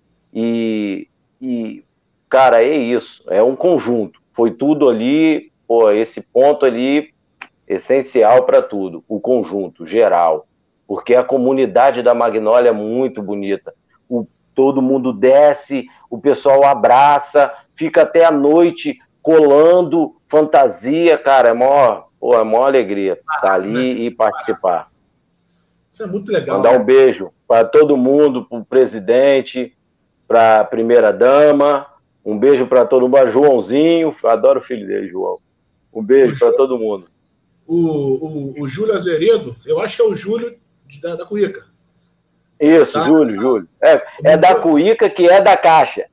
E, e, cara, é isso, é um conjunto. Foi tudo ali, pô, esse ponto ali, essencial para tudo, o conjunto, geral. Porque a comunidade da Magnólia é muito bonita. O, todo mundo desce, o pessoal abraça, fica até a noite colando fantasia, cara, é mó, pô, é mó alegria estar ali e participar. Isso é muito legal. Mandar né? um beijo para todo mundo, para o presidente, para a primeira-dama, um beijo para todo mundo, Joãozinho, adoro o filho dele, João. Um beijo para todo mundo. O, o, o Júlio Azeredo, eu acho que é o Júlio da, da Cuíca. Isso, tá? Júlio, Júlio. É, é da Cuíca que é da Caixa.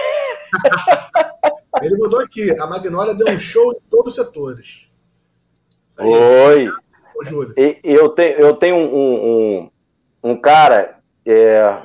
Ele mandou aqui, a Magnólia deu um show em todos os setores. Aí, Oi. Ô, Júlio. Eu tenho, eu tenho um, um, um cara, é,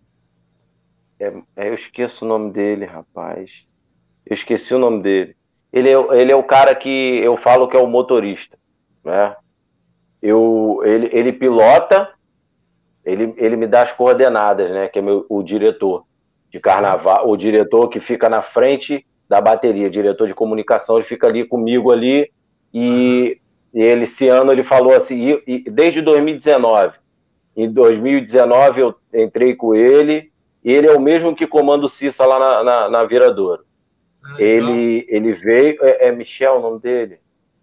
é, eu esqueço o nome dele, rapaz. Eu esqueci o nome dele. Ele é, ele é o cara que eu falo que é o motorista, né? Eu, ele, ele pilota, ele, ele me dá as coordenadas, né? Que é meu, o diretor de carnaval, o diretor que fica na frente da bateria, diretor de comunicação, ele fica ali comigo ali, e, e ele, esse ano ele falou assim, e, e desde dois mil e dezenove, em dois mil e dezenove eu entrei com ele, e ele é o mesmo que comanda o Cissa lá na, na, na Viradouro. Ah, ele, ele veio, é, é Michel o nome dele?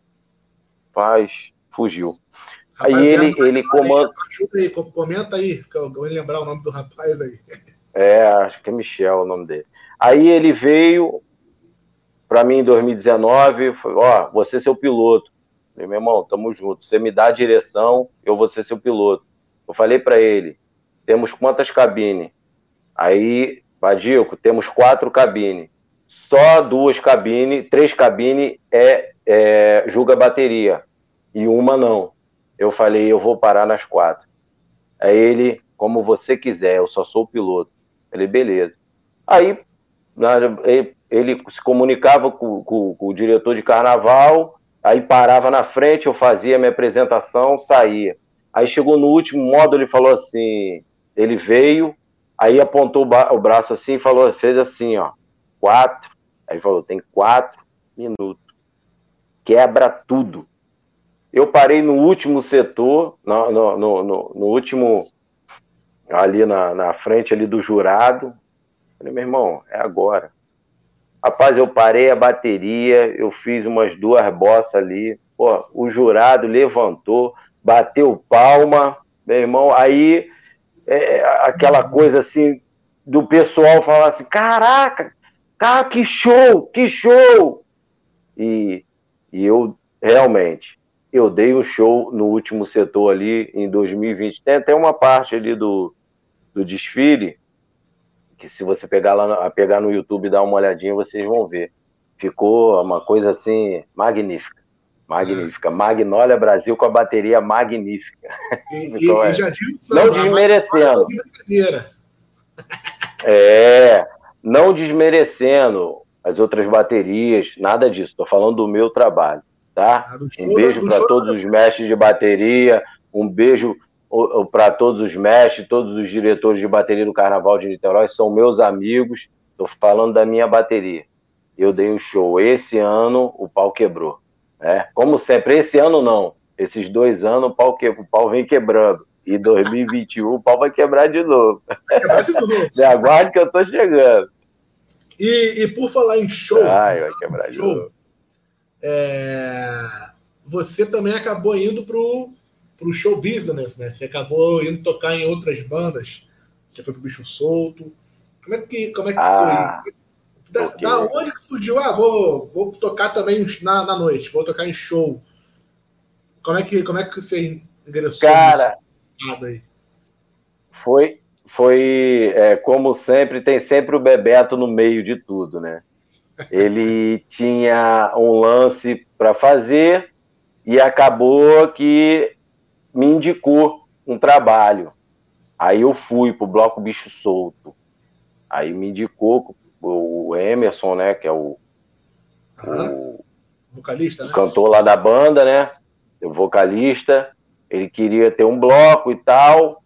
Paz, fugiu. Aí ele, ele comanda... Ajuda aí, comenta aí, que eu vou lembrar o nome do rapaz aí. É, acho que é Michel o nome dele. Aí ele veio para mim em dois mil e dezenove, foi, ó, você é seu piloto. Eu falei, meu irmão, tamo junto. Você me dá a direção, eu vou ser seu piloto. Eu falei para ele, temos quantas cabines? Aí, Badico, temos quatro cabines. Só duas cabines, três cabines é, é julga bateria e uma não. Eu falei, eu vou parar nas quatro. Aí ele, como você quiser, eu só sou o piloto. Eu falei, beleza. Aí ele, ele se comunicava com, com, com o diretor de carnaval, aí parava na frente, eu fazia a minha apresentação, saía. Aí chegou no último módulo, ele falou assim, ele veio, aí apontou o, o braço assim e falou, fez assim, ó, quatro. Aí falou, tem quatro minutos. Quebra tudo. Eu parei no último setor, no, no, no, no, no último, ali na, na frente ali do jurado. Falei, meu irmão, é agora. Rapaz, eu parei a bateria, eu fiz umas duas bossas ali. Pô, o jurado levantou, bateu palma, meu irmão. Aí, é, aquela coisa assim, do pessoal falar assim, caraca, cara, que show, que show! E, e eu, realmente, eu dei um show no último setor ali, em dois mil e vinte. Tem até uma parte ali do, do desfile, que se você pegar lá, pegar no YouTube e dar uma olhadinha, vocês vão ver. Ficou uma coisa assim, magnífica. Magnífica. Magnólia Brasil com a bateria magnífica. E, e, é? e já disse, não desmerecendo. É, não desmerecendo as outras baterias, nada disso. Estou falando do meu trabalho, tá? Um beijo para todos os mestres de bateria, um beijo para todos os mestres, todos os diretores de bateria do Carnaval de Niterói, são meus amigos. Estou falando da minha bateria. Eu dei um show. Esse ano o pau quebrou. Né? Como sempre, esse ano não. Esses dois anos o pau, que... o pau vem quebrando. E dois mil e vinte e um o pau vai quebrar de novo. Quebrar de novo. Me aguarde que eu tô chegando. E, e por falar em show... Ai, vai quebrar show, de novo. É... Você também acabou indo pro, pro show business, né? Você acabou indo tocar em outras bandas. Você foi pro Bicho Solto. Como é que, como é que ah. foi? Da, da onde que surgiu? Ah, vou, vou tocar também na, na noite, vou tocar em show. Como é que, como é que você ingressou Cara, nisso? Aí? Foi, foi é, como sempre, tem sempre o Bebeto no meio de tudo, né? Ele tinha um lance para fazer e acabou que me indicou um trabalho. Aí eu fui pro Bloco Bicho Solto. Aí me indicou o Emerson, né, que é o, o, vocalista, o né? cantor lá da banda, né, o vocalista. Ele queria ter um bloco e tal,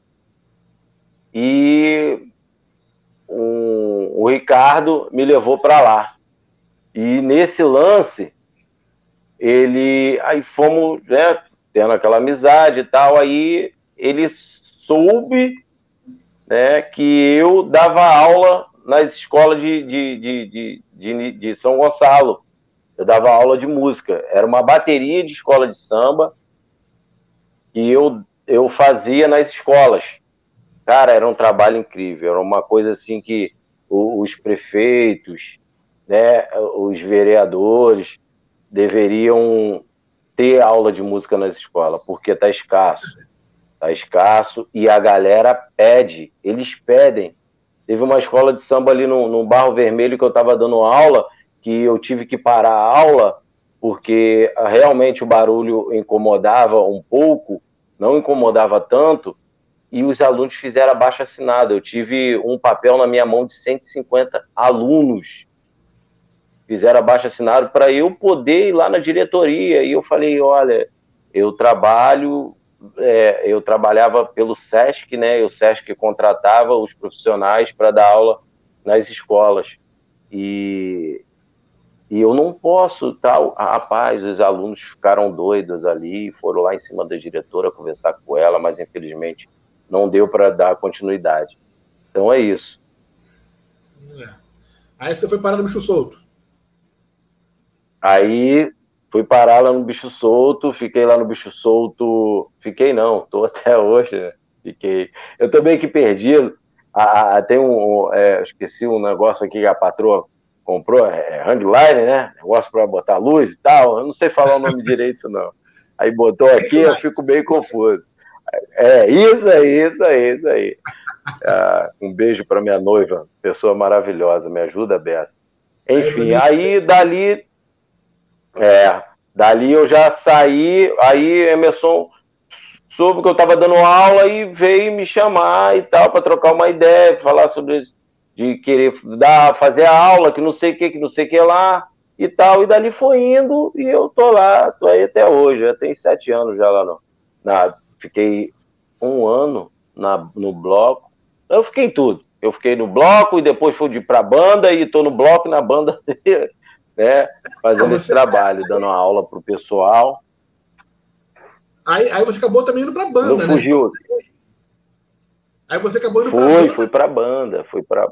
e um, o Ricardo me levou para lá. E nesse lance, ele, aí fomos, né, tendo aquela amizade e tal, aí ele soube, né, que eu dava aula nas escolas de, de, de, de, de, de São Gonçalo. Eu dava aula de música. Era uma bateria de escola de samba que eu, eu fazia nas escolas. Cara, era um trabalho incrível. Era uma coisa assim que os prefeitos, né, os vereadores deveriam ter aula de música nas escolas, porque tá escasso. Tá escasso e a galera pede. Eles pedem. Teve uma escola de samba ali no, no Barro Vermelho que eu estava dando aula, que eu tive que parar a aula, porque realmente o barulho incomodava um pouco, não incomodava tanto, e os alunos fizeram abaixo-assinado. Eu tive um papel na minha mão de cento e cinquenta alunos, fizeram abaixo-assinado para eu poder ir lá na diretoria. E eu falei, olha, eu trabalho... É, eu trabalhava pelo SESC, né? O SESC contratava os profissionais para dar aula nas escolas. E, e eu não posso, tal. Ah, rapaz, os alunos ficaram doidos ali, foram lá em cima da diretora conversar com ela, mas infelizmente não deu para dar continuidade. Então é isso. É. Aí você foi parar no Bicho Solto. Aí fui parar lá no Bicho Solto, fiquei lá no Bicho Solto, fiquei não, tô até hoje, né? Fiquei. Eu tô meio que perdido. Ah, tem um, é, esqueci um negócio aqui que a patroa comprou, é handline, né? Negócio para botar luz e tal. Eu não sei falar o nome direito, não. Aí botou aqui, eu fico meio confuso. É, isso aí, isso aí, isso aí. Ah, um beijo para minha noiva, pessoa maravilhosa, me ajuda, Bessa. Enfim, aí dali... É, dali eu já saí, aí Emerson soube que eu estava dando aula e veio me chamar e tal, para trocar uma ideia, falar sobre isso, de querer dar, fazer a aula, que não sei o que, que não sei o que lá e tal, e dali foi indo e eu tô lá, tô aí até hoje, já tem sete anos já lá no, na, fiquei um ano na, no bloco, eu fiquei em tudo, eu fiquei no bloco e depois fui de pra banda e tô no bloco e na banda né, fazendo não, esse trabalho, é... dando uma aula pro pessoal. Aí, aí você acabou também indo pra banda, não né? Fugiu. Aí você acabou indo fui, pra banda. Fui pra banda, fui pra...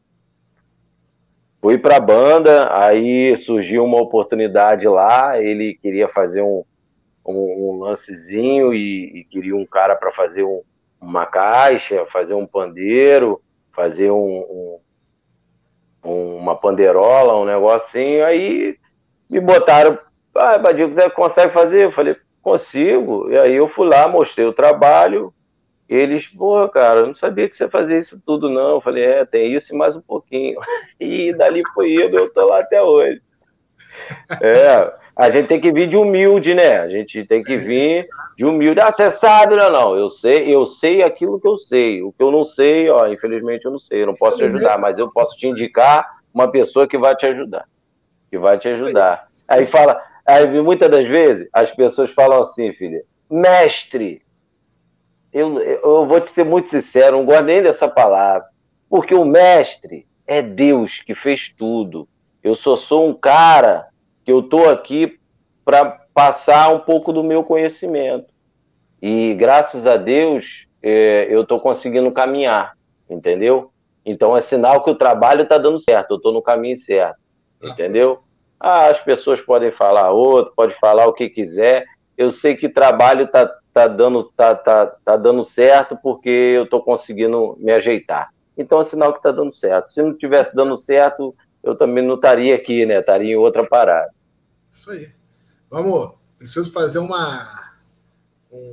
Fui pra banda, aí surgiu uma oportunidade lá, ele queria fazer um, um, um lancezinho e, e queria um cara para fazer um, uma caixa, fazer um pandeiro, fazer um... um uma pandeirola, um negocinho, aí me botaram, ah, Badinho, você consegue fazer? Eu falei, consigo, e aí eu fui lá, mostrei o trabalho, eles, pô, cara, eu não sabia que você fazia isso tudo, não, eu falei, é, tem isso e mais um pouquinho, e dali foi indo, eu tô lá até hoje. É, a gente tem que vir de humilde, né? A gente tem que vir de humilde. Ah, você sabe, não, não. Eu sei, eu sei aquilo que eu sei. O que eu não sei, ó, infelizmente eu não sei. Eu não posso te ajudar, mas eu posso te indicar uma pessoa que vai te ajudar. Que vai te ajudar. Aí fala, aí muitas das vezes as pessoas falam assim, filha, mestre, eu, eu vou te ser muito sincero, não gosto nem dessa palavra, porque o mestre é Deus que fez tudo. Eu só sou um cara que eu estou aqui para passar um pouco do meu conhecimento. E graças a Deus é, eu estou conseguindo caminhar, entendeu? Então é sinal que o trabalho está dando certo, eu estou no caminho certo, entendeu? Ah, as pessoas podem falar outro, pode falar o que quiser. Eu sei que o trabalho está tá dando, tá, tá, tá dando certo porque eu estou conseguindo me ajeitar. Então é sinal que está dando certo. Se não tivesse dando certo, eu também não estaria aqui, né? Estaria em outra parada. Isso aí. Vamos, preciso fazer uma um,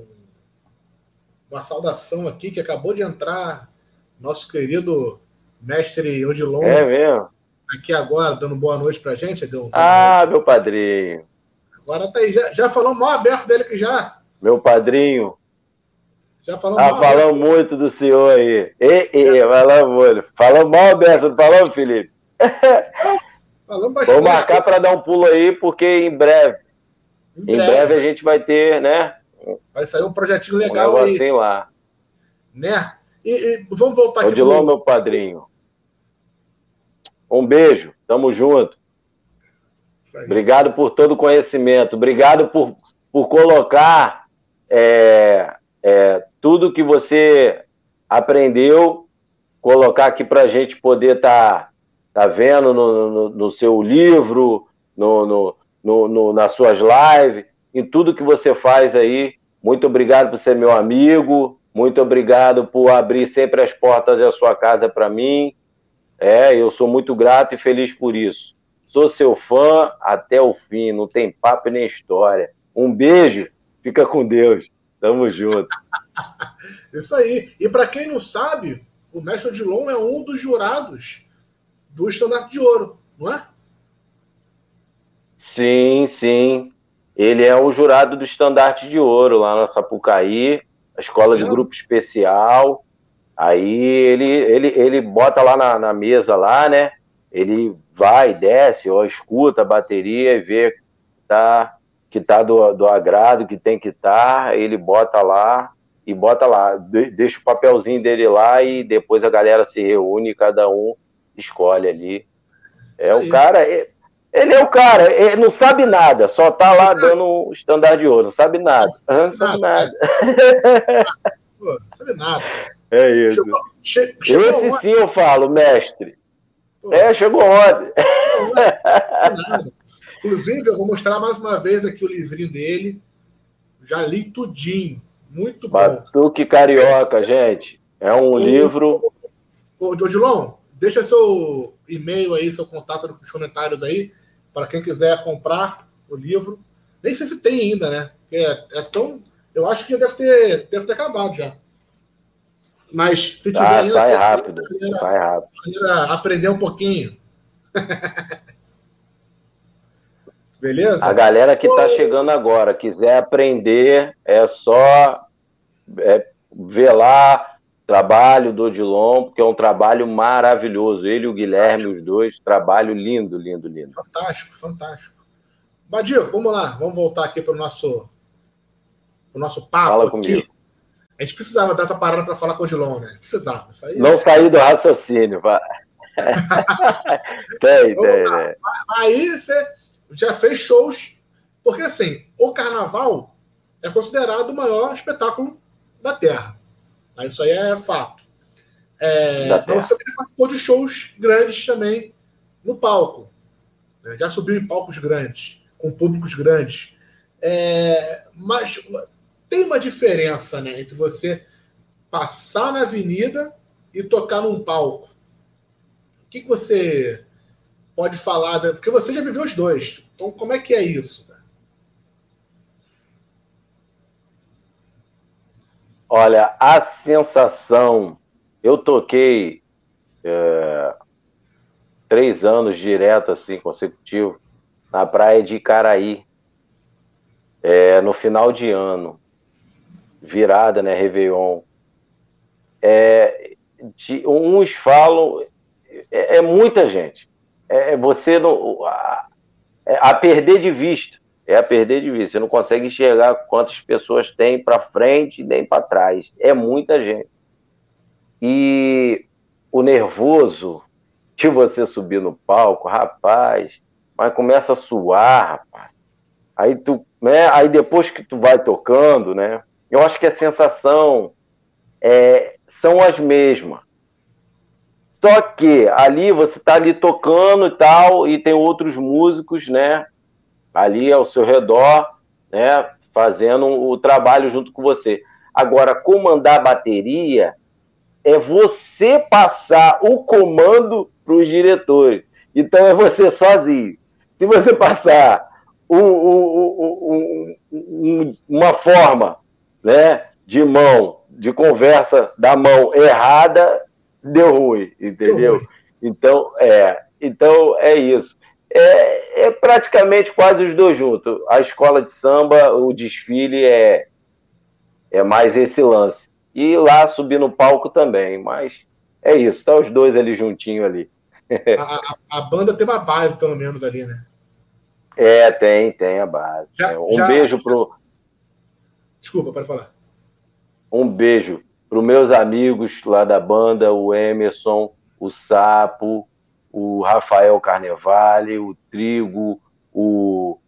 uma saudação aqui que acabou de entrar nosso querido mestre Odilon. É mesmo? Aqui agora, dando boa noite pra gente. Deu ah, noite. Meu padrinho. Agora tá aí. Já, já falou mal aberto dele que já. Meu padrinho. Já falou ah, mal falou muito do senhor aí. E, e, é. Falou muito. Falou mal aberto, não falou, Felipe? Falando bastante. Vou marcar para dar um pulo aí, porque em breve, em breve, em breve a gente vai ter, né? Vai sair um projetinho legal um negocinho aí. lá. Né? E, e vamos voltar aqui. Odilon, pro... meu padrinho. Um beijo, tamo junto. Obrigado por todo o conhecimento. Obrigado por, por colocar é, é, tudo que você aprendeu, colocar aqui para a gente poder estar tá, tá vendo no, no, no seu livro, no, no, no, no, nas suas lives, em tudo que você faz aí. Muito obrigado por ser meu amigo. Muito obrigado por abrir sempre as portas da sua casa para mim. É, eu sou muito grato e feliz por isso. Sou seu fã até o fim, não tem papo nem história. Um beijo, fica com Deus. Tamo junto. Isso aí. E para quem não sabe, o mestre Odilon é um dos jurados do Estandarte de Ouro, não é? Sim, sim. Ele é o jurado do Estandarte de Ouro, lá na Sapucaí, a escola de é. grupo especial. Aí ele, ele, ele bota lá na, na mesa, lá, né? Ele vai, desce, ó, escuta a bateria e vê que tá, que tá do, do agrado, que tem que estar. Tá, ele bota lá e bota lá, deixa o papelzinho dele lá e depois a galera se reúne e cada um escolhe ali. É o cara, ele é o cara, ele não sabe nada, só tá lá dando o estandarte de ouro, não sabe nada. Não sabe nada. Pô, não sabe nada. É isso. Chegou, che, chegou Esse ontem. Sim eu falo, mestre. Pô. É, chegou ontem. Não, não é, não é nada. Inclusive, eu vou mostrar mais uma vez aqui o livrinho dele. Já li tudinho. Muito bom. Batuque Carioca, gente. É um o, livro... Ô, Odilon, deixa seu e-mail aí, seu contato nos comentários aí, para quem quiser comprar o livro. Nem sei se tem ainda, né? Porque é, é tão... Eu acho que deve ter, deve ter acabado já. Mas se tiver ah, ainda... Sai rápido, galera, sai rápido. Galera, aprender um pouquinho. Beleza? A galera que está chegando agora, quiser aprender, é só é, ver lá o trabalho do Odilon, porque é um trabalho maravilhoso. Ele e o Guilherme, fantástico. Os dois, trabalho lindo, lindo, lindo. Fantástico, fantástico. Badio, vamos lá, vamos voltar aqui para o nosso, pro nosso papo. Fala aqui. Comigo. A gente precisava dessa parada para falar com o Odilon, né? Precisava. Isso aí Não é... sair do raciocínio. tem, tem, né? Aí você já fez shows, porque assim, o carnaval é considerado o maior espetáculo da Terra. Isso aí é fato. É, mas você participou de shows grandes também no palco. Né? Já subiu em palcos grandes, com públicos grandes. É, mas tem uma diferença, né, entre você passar na avenida e tocar num palco. O que, que você pode falar? Né? Porque você já viveu os dois. Então, como é que é isso? Né? Olha, a sensação... Eu toquei é, três anos direto, assim, consecutivo, na praia de Icaraí, é, no final de ano, virada, né, Réveillon, é, de, uns falam, é, é muita gente, é você não, a, é a perder de vista, é a perder de vista, você não consegue enxergar quantas pessoas tem para frente nem para trás, é muita gente. E o nervoso de você subir no palco, rapaz, mas começa a suar, rapaz. Aí tu, né? Aí depois que tu vai tocando, né? Eu acho que a sensação é, são as mesmas. Só que ali você tá ali tocando e tal, e tem outros músicos, né? Ali ao seu redor, né? Fazendo o trabalho junto com você. Agora, comandar a bateria é você passar o comando para os diretores. Então é você sozinho. Se você passar um, um, um, um, uma forma, né, de mão, de conversa da mão errada, deu ruim, entendeu? Então é, então é isso. É, é praticamente quase os dois juntos. A escola de samba, o desfile é, é mais esse lance. E lá subir no palco também, mas é isso, tá os dois ali juntinho ali. A, a, a banda tem uma base, pelo menos, ali, né? É, tem, tem a base. Já, um já... beijo pro... Desculpa, pode falar. Um beijo para os meus amigos lá da banda, o Emerson, o Sapo, o Rafael Carnevale, o Trigo, o,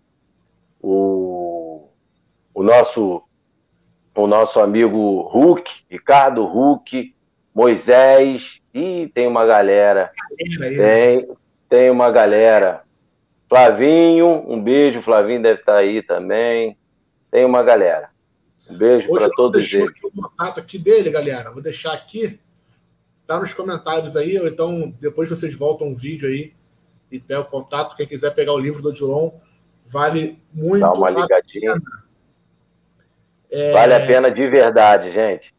o, o nosso... o nosso amigo Hulk, Ricardo Hulk, Moisés, e tem uma galera, tem, tem uma galera, Flavinho, um beijo, Flavinho deve estar aí também, tem uma galera, um beijo para todos eles. Deixou aqui o contato aqui dele, galera, vou deixar aqui, tá nos comentários aí, ou então depois vocês voltam um vídeo aí e pega o contato, quem quiser pegar o livro do Odilon, vale muito Dá uma ligadinha. É... Vale a pena de verdade, gente.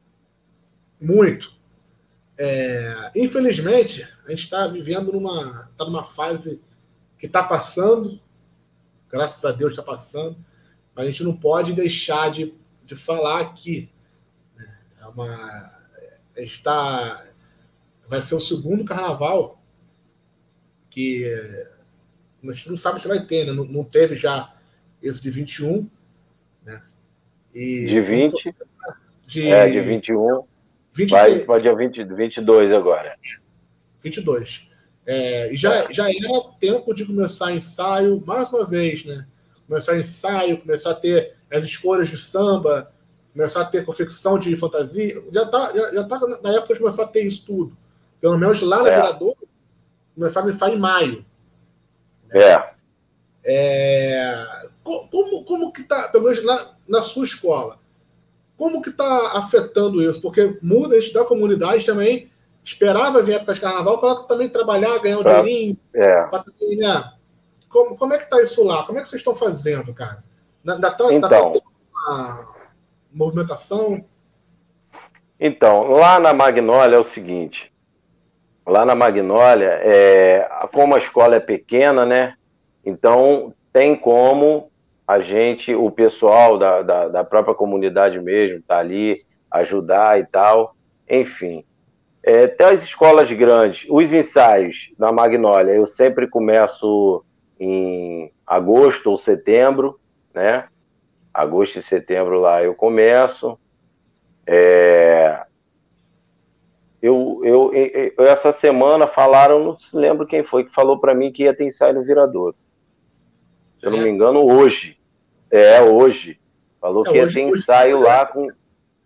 Muito. É... Infelizmente, a gente está vivendo numa, tá numa fase que está passando, graças a Deus está passando, mas a gente não pode deixar de, de falar aqui. É uma, a gente tá, vai ser o segundo carnaval que a gente não sabe se vai ter, né? não, não teve já esse de vinte e um, né? E de vinte, de, é, de vinte e um, vinte, vai para dia vinte, vinte e dois agora. vinte e dois. É, e já, já era tempo de começar ensaio, mais uma vez, né? Começar ensaio, começar a ter as escolhas de samba, começar a ter confecção de fantasia. Já está já, já tá na época de começar a ter isso tudo. Pelo menos lá na é. Viradouro, começava a ensaio em maio. Né? É. É. Como, como que está, pelo menos na, na sua escola, como que está afetando isso? Porque muda da comunidade também, esperava vir a época de carnaval para também trabalhar, ganhar um pra, dinheirinho. É. Pra, né? como, como é que está isso lá? Como é que vocês estão fazendo, cara? Ainda está então, tá tendo uma movimentação? Então, lá na Magnólia é o seguinte, lá na Magnólia, é, como a escola é pequena, né? Então, tem como a gente, o pessoal da, da, da própria comunidade mesmo, tá ali, ajudar e tal, enfim. É, tem as escolas grandes, os ensaios na Magnólia, eu sempre começo em agosto ou setembro, né? Agosto e setembro lá eu começo. É, eu, eu, eu, essa semana falaram, não se lembro quem foi que falou para mim que ia ter ensaio no Viradouro. Se eu não me engano, hoje. É, hoje. Falou é, que hoje, ia ter ensaio hoje, lá com...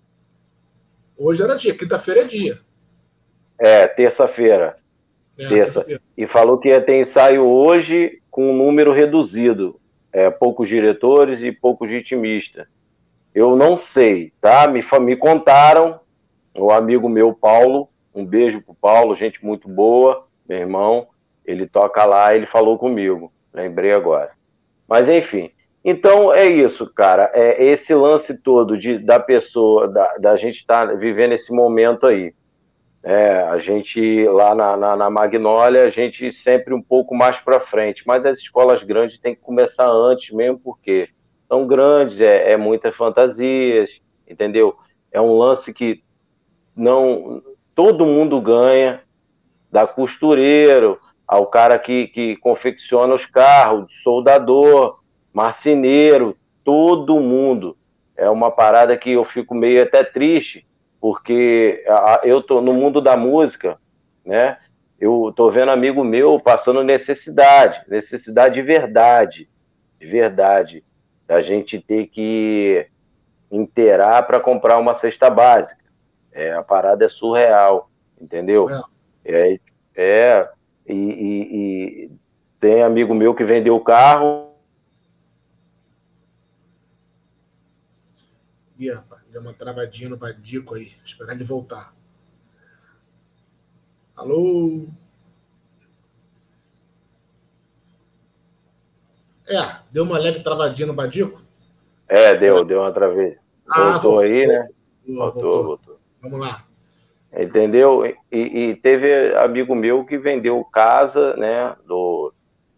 Hoje era dia, quinta-feira é dia. É, terça-feira. É, terça. Terça e falou que ia ter ensaio hoje com um número reduzido. É, poucos diretores e poucos ritmistas. Eu não sei, tá? Me, me contaram, o amigo meu, Paulo, um beijo pro Paulo, gente muito boa, meu irmão, ele toca lá, ele falou comigo, lembrei agora. Mas, enfim, então é isso, cara, é esse lance todo de, da pessoa, da, da gente estar tá vivendo esse momento aí. É, a gente, lá na, na, na Magnólia, a gente sempre um pouco mais para frente, mas as escolas grandes têm que começar antes mesmo, porque tão grandes, é, é muitas fantasias, entendeu? É um lance que não todo mundo ganha, da costureiro ao cara que, que confecciona os carros, soldador, marceneiro, todo mundo. É uma parada que eu fico meio até triste, porque eu tô no mundo da música, né? Eu tô vendo amigo meu passando necessidade, necessidade de verdade, de verdade, da gente ter que inteirar para comprar uma cesta básica. É, a parada é surreal, entendeu? É, é e, e, e tem amigo meu que vendeu o carro. Ih, rapaz, deu uma travadinha no Badico aí, esperar ele voltar. Alô? É, deu uma leve travadinha no Badico? É, deu, deu uma travessa. Ah, Voltou, voltou aí, né? Voltou, voltou, voltou. Vamos lá. Entendeu? E, e teve amigo meu que vendeu casa, né? Do,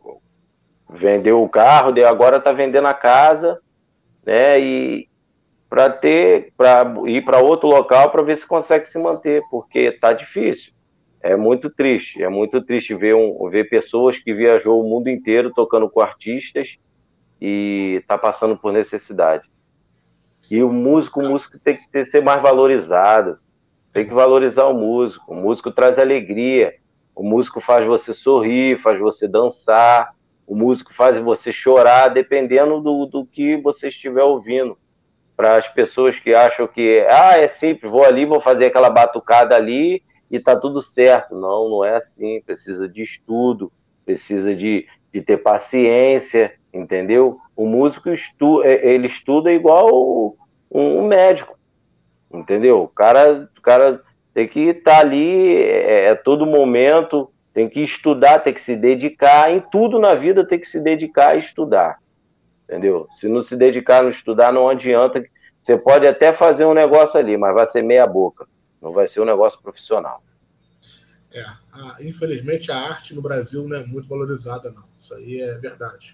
vendeu o carro, agora está vendendo a casa, né? E para ter, para ir para outro local para ver se consegue se manter, porque tá difícil. É muito triste, é muito triste ver, um, ver pessoas que viajou o mundo inteiro tocando com artistas e tá passando por necessidade. E o músico, o músico tem que ter, ser mais valorizado, tem que valorizar o músico. O músico traz alegria, o músico faz você sorrir, faz você dançar, o músico faz você chorar, dependendo do, do que você estiver ouvindo. Para as pessoas que acham que ah, é simples, vou ali, vou fazer aquela batucada ali e tá tudo certo. Não, não é assim, precisa de estudo, precisa de, de ter paciência, entendeu? O músico estu, ele estuda igual um, um médico, entendeu? O cara, o cara tem que estar ali é, é todo momento, tem que estudar, tem que se dedicar, em tudo na vida tem que se dedicar a estudar. Entendeu? Se não se dedicar no estudar, não adianta. Você pode até fazer um negócio ali, mas vai ser meia boca. Não vai ser um negócio profissional. É, a, infelizmente a arte no Brasil não é muito valorizada, não. Isso aí é verdade.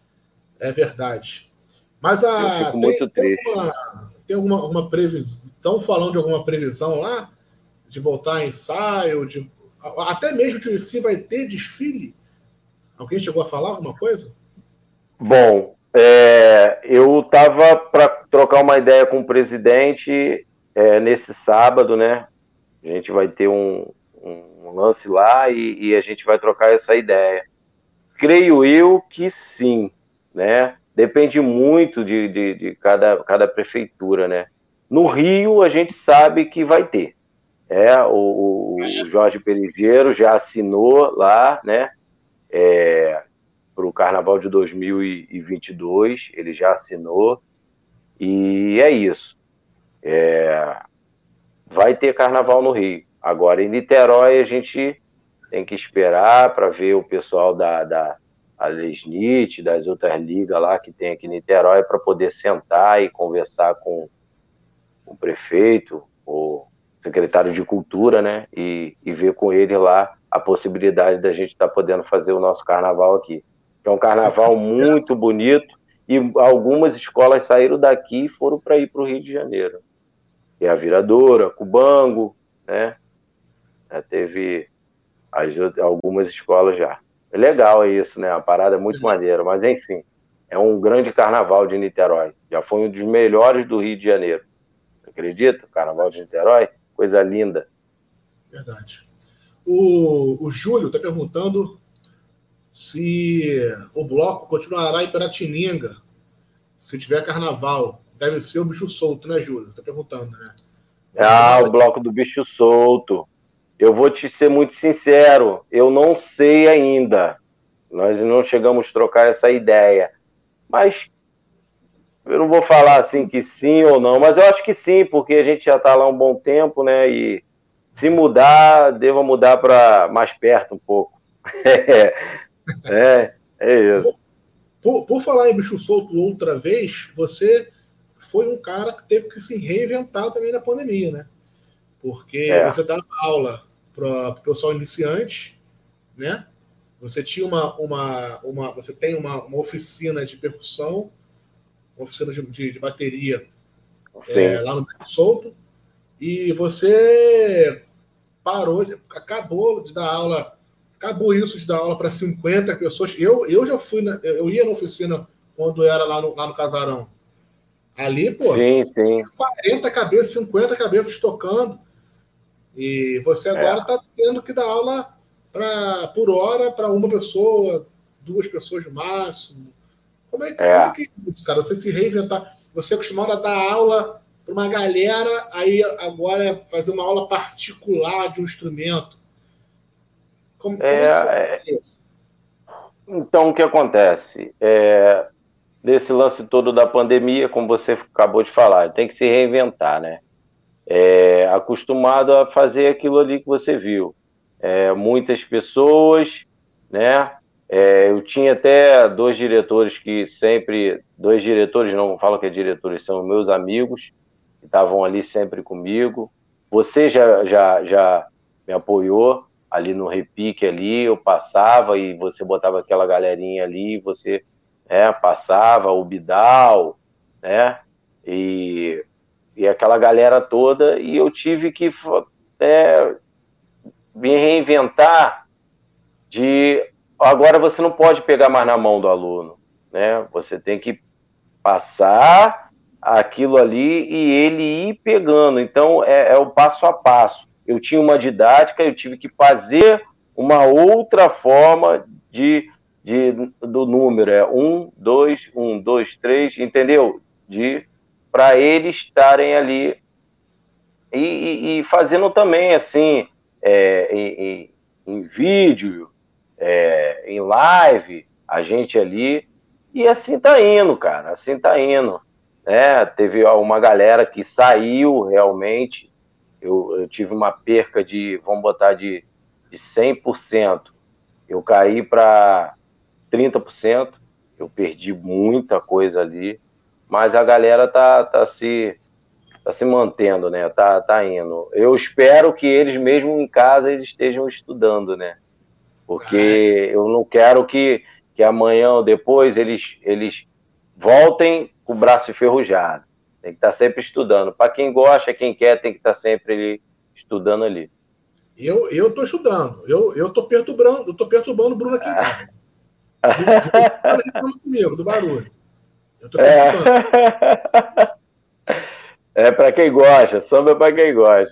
É verdade. Mas a, Eu fico tem, muito tem triste. alguma, tem alguma, alguma previsão? Estão falando de alguma previsão lá? De voltar a ensaio? De, até mesmo de se vai ter desfile? Alguém chegou a falar alguma coisa? Bom, é, eu estava para trocar uma ideia com o presidente é, nesse sábado, né? A gente vai ter um, um lance lá e, e a gente vai trocar essa ideia. Creio eu que sim, né? Depende muito de, de, de cada, cada prefeitura, né? No Rio, a gente sabe que vai ter. É, o, o Jorge Perigeiro já assinou lá, né? É, para o Carnaval de dois mil e vinte e dois, ele já assinou. E é isso. É, vai ter Carnaval no Rio. Agora, em Niterói, a gente tem que esperar para ver o pessoal da, da a Lesnit, das outras ligas lá que tem aqui em Niterói, para poder sentar e conversar com o prefeito, o secretário de Cultura, né? E, e ver com ele lá a possibilidade da gente estar tá podendo fazer o nosso carnaval aqui. É um carnaval muito bonito e algumas escolas saíram daqui e foram para ir para o Rio de Janeiro. E a Viradoura, Cubango, né? Já teve as, algumas escolas já. É legal isso, né? A parada é muito maneira, mas enfim, é um grande carnaval de Niterói. Já foi um dos melhores do Rio de Janeiro. Acredita? Carnaval de Niterói, coisa linda. Verdade. O, o Júlio está perguntando se o bloco continuará em Piratininga se tiver carnaval. Deve ser o bicho solto, né, Júlio? Está perguntando, né? Ah, o bloco do bicho solto. Eu vou te ser muito sincero, eu não sei ainda. Nós não chegamos a trocar essa ideia. Mas eu não vou falar assim que sim ou não, mas eu acho que sim, porque a gente já está lá um bom tempo, né? E se mudar, deva mudar para mais perto um pouco. é, é, é isso. Por, por falar em bicho solto outra vez, você foi um cara que teve que se reinventar também na pandemia, né? Porque é. você dava aula para o pessoal iniciante, né? Você tinha uma, uma, uma você tem uma, uma oficina de percussão uma oficina de, de, de bateria é, lá no Beco Solto, e você parou, acabou de dar aula, acabou isso de dar aula para cinquenta pessoas. Eu, eu já fui, na, eu ia na oficina quando era lá no, lá no Casarão. Ali, pô, sim, sim. quarenta cabeças, cinquenta cabeças tocando. E você agora está é. tendo que dar aula pra, por hora para uma pessoa, duas pessoas no máximo. Como é, que, é. Como é que é isso, cara? Você se reinventar. Você é acostumado a dar aula para uma galera, aí agora é fazer uma aula particular de um instrumento. Como, como é, é que foi isso? Então, o que acontece? É, desse lance todo da pandemia, como você acabou de falar, tem que se reinventar, né? É, acostumado a fazer aquilo ali que você viu. É, muitas pessoas, né? É, eu tinha até dois diretores que sempre, dois diretores, não falo que é diretores, são meus amigos, que estavam ali sempre comigo. Você já, já, já me apoiou ali no repique ali, eu passava e você botava aquela galerinha ali, você é, passava, o Bidal, né? E e aquela galera toda, e eu tive que é, me reinventar de... Agora você não pode pegar mais na mão do aluno, né? Você tem que passar aquilo ali e ele ir pegando. Então, é, é o passo a passo. Eu tinha uma didática, eu tive que fazer uma outra forma de, de, do número. É um, dois, um, dois, três, entendeu? De... para eles estarem ali e, e, e fazendo também, assim, é, em, em vídeo, é, em live, a gente ali, e assim tá indo, cara, assim tá indo. É, teve uma galera que saiu realmente, eu, eu tive uma perca de, vamos botar, de, de cem por cento, eu caí para trinta por cento, eu perdi muita coisa ali, mas a galera tá, tá se tá se mantendo, né? Tá, tá indo. Eu espero que eles mesmo em casa eles estejam estudando, né? Porque eu não quero que, que amanhã ou depois eles, eles voltem com o braço enferrujado. Tem que estar sempre estudando. Para quem gosta, quem quer, tem que estar sempre estudando ali. Eu, eu tô estudando. Eu, eu tô perturbando, eu tô perturbando o Bruno aqui em casa. De, de comigo, do barulho. Eu tô perturbando. É, é para quem gosta, samba é para quem gosta.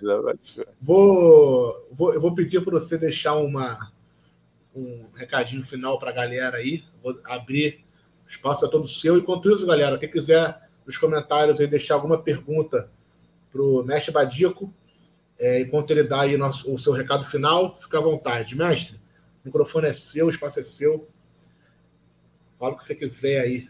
Vou, vou, eu vou pedir para você deixar uma, um recadinho final para a galera aí. Vou abrir o espaço é todo seu. Enquanto isso, galera, quem quiser nos comentários aí deixar alguma pergunta para o mestre Badico, é, enquanto ele dá aí nosso, o seu recado final, fica à vontade. Mestre, o microfone é seu, o espaço é seu. Fala o que você quiser aí.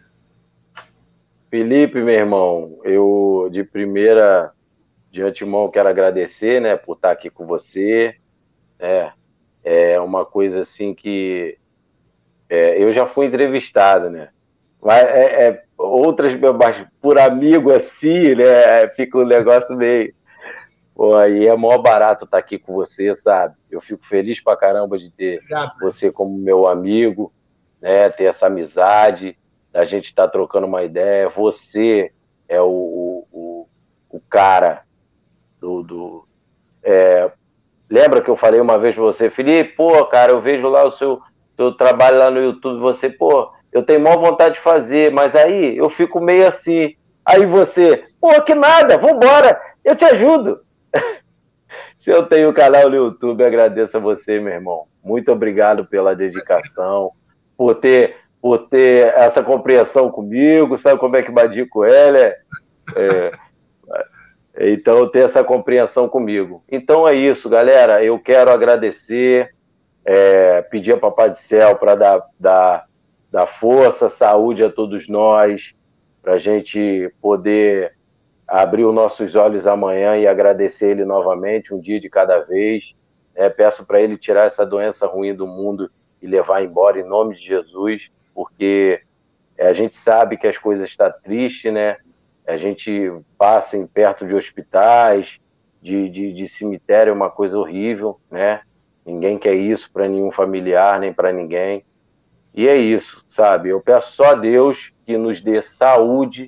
Felipe, meu irmão, eu de primeira, de antemão, quero agradecer, né, por estar aqui com você. É, é uma coisa assim que é, eu já fui entrevistado, né? Mas é, é, outras, mas por amigo assim, né? Fica um negócio meio. Pô, aí é mó barato estar aqui com você, sabe? Eu fico feliz pra caramba de ter Obrigado. Você como meu amigo, né? Ter essa amizade, a gente estar tá trocando uma ideia. Você é o, o, o, o cara do. do é, lembra que eu falei uma vez pra você, Felipe, pô, cara, eu vejo lá o seu, seu trabalho lá no YouTube, você, pô, eu tenho maior vontade de fazer, mas aí eu fico meio assim. Aí você, pô, que nada, vambora, eu te ajudo. Se eu tenho um canal no YouTube, eu agradeço a você, meu irmão. Muito obrigado pela dedicação, por ter, por ter essa compreensão comigo, sabe como é que Badico é, né? É, então, ter essa compreensão comigo. Então é isso, galera. Eu quero agradecer, é, pedir a Papai do Céu para dar, dar, dar força, saúde a todos nós, para a gente poder abrir os nossos olhos amanhã e agradecer Ele novamente, um dia de cada vez. É, peço para Ele tirar essa doença ruim do mundo e levar embora em nome de Jesus, porque a gente sabe que as coisas estão tristes, né? A gente passa em perto de hospitais, de, de, de cemitério, é uma coisa horrível, né? Ninguém quer isso para nenhum familiar, nem para ninguém. E é isso, sabe? Eu peço só a Deus que nos dê saúde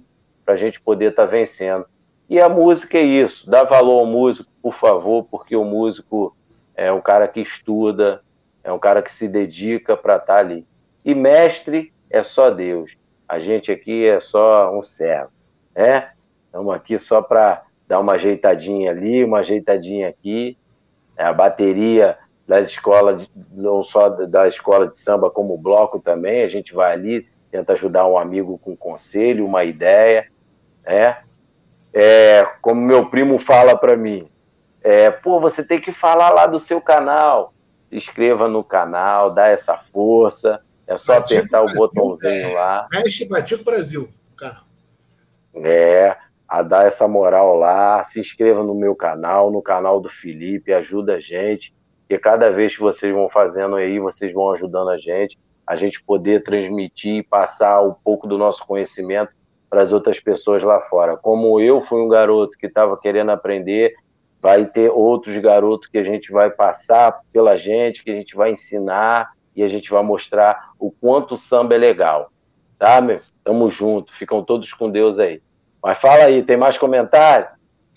para a gente poder estar tá vencendo. E a música é isso, dá valor ao músico, por favor, porque o músico é um cara que estuda, é um cara que se dedica para estar tá ali. E mestre é só Deus, a gente aqui é só um servo, né? Estamos aqui só para dar uma ajeitadinha ali, uma ajeitadinha aqui, a bateria das escolas, não só da escola de samba, como o bloco também, a gente vai ali, tenta ajudar um amigo com um conselho, uma ideia, né? É, como meu primo fala para mim, é, pô, você tem que falar lá do seu canal, se inscreva no canal, dá essa força, é só Badico apertar Brasil, o botãozinho é, lá. Mexe Badico Brasil, cara. É, a dar essa moral lá, se inscreva no meu canal, no canal do Felipe, ajuda a gente, porque cada vez que vocês vão fazendo aí, vocês vão ajudando a gente, a gente poder transmitir e passar um pouco do nosso conhecimento para as outras pessoas lá fora. Como eu fui um garoto que estava querendo aprender, vai ter outros garotos que a gente vai passar pela gente, que a gente vai ensinar e a gente vai mostrar o quanto o samba é legal. Tá, meu? Tamo junto, ficam todos com Deus aí. Mas fala aí, tem mais comentário?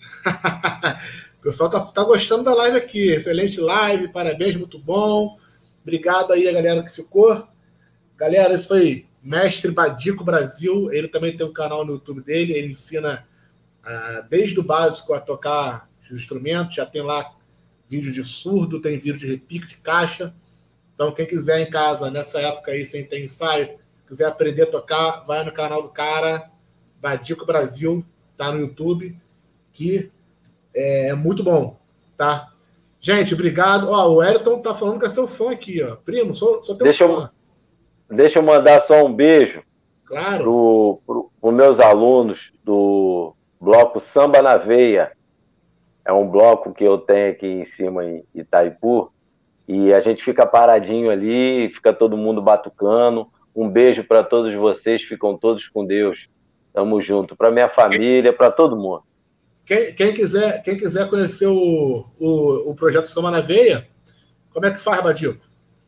O pessoal tá, tá gostando da live aqui. Excelente live, parabéns, muito bom. Obrigado aí a galera que ficou. Galera, isso foi Mestre Badico Brasil. Ele também tem um canal no YouTube dele. Ele ensina uh, desde o básico a tocar os instrumentos. Já tem lá vídeo de surdo, tem vídeo de repique de caixa. Então, quem quiser em casa, nessa época aí, sem ter ensaio, quiser aprender a tocar, vai no canal do cara, Badico Brasil, tá no YouTube, que é muito bom, tá? Gente, obrigado. Ó, o Elton tá falando que é seu fã aqui, ó. Primo, sou, sou teu deixa fã. Eu, deixa eu mandar só um beijo claro. pro, pro, pro meus alunos do bloco Samba na Veia. É um bloco que eu tenho aqui em cima em Itaipu, e a gente fica paradinho ali, fica todo mundo batucando. Um beijo para todos vocês, ficam todos com Deus. Tamo junto. Para minha família, para todo mundo. Quem, quem, quiser, quem quiser conhecer o, o, o projeto Samba na Veia, como é que faz, Badico?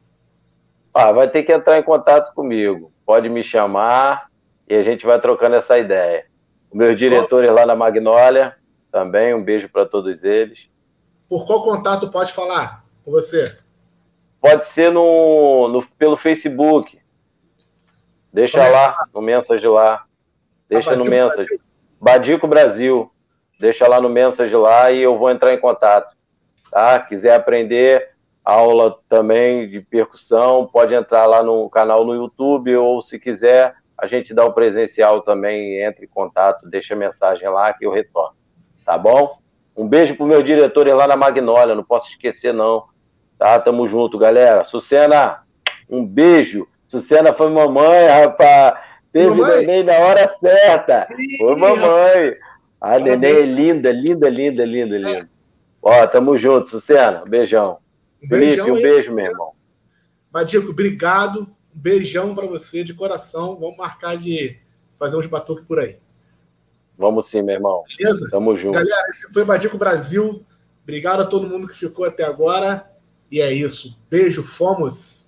Ah, vai ter que entrar em contato comigo. Pode me chamar e a gente vai trocando essa ideia. Os meus diretores lá na Magnólia, também, um beijo para todos eles. Por qual contato pode falar com você? Pode ser no, no, pelo Facebook. Deixa é? lá, no mensage lá. Deixa ah, no mensage. Brasil. Badico Brasil. Deixa lá no mensage lá e eu vou entrar em contato. Tá? Quiser aprender aula também de percussão, pode entrar lá no canal no YouTube, ou se quiser, a gente dá o presencial também, entre em contato, deixa mensagem lá que eu retorno. Tá bom? Um beijo pro meu diretor lá na Magnólia, não posso esquecer não. Tá? Tamo junto, galera. Sucena, um beijo. Sucena foi mamãe, rapaz. Teve mamãe? Neném na hora certa. Sim, foi mamãe. A neném é linda, linda, linda, linda, linda. É. Ó, tamo junto, Sucena. Beijão. Um beijão. Felipe, um beijo, meu irmão. Badico, obrigado. Um beijão pra você, de coração. Vamos marcar de fazer uns batuques por aí. Vamos sim, meu irmão. Beleza? Tamo junto. Galera, esse foi o Badico Brasil. Obrigado a todo mundo que ficou até agora. E é isso. Beijo, fomos!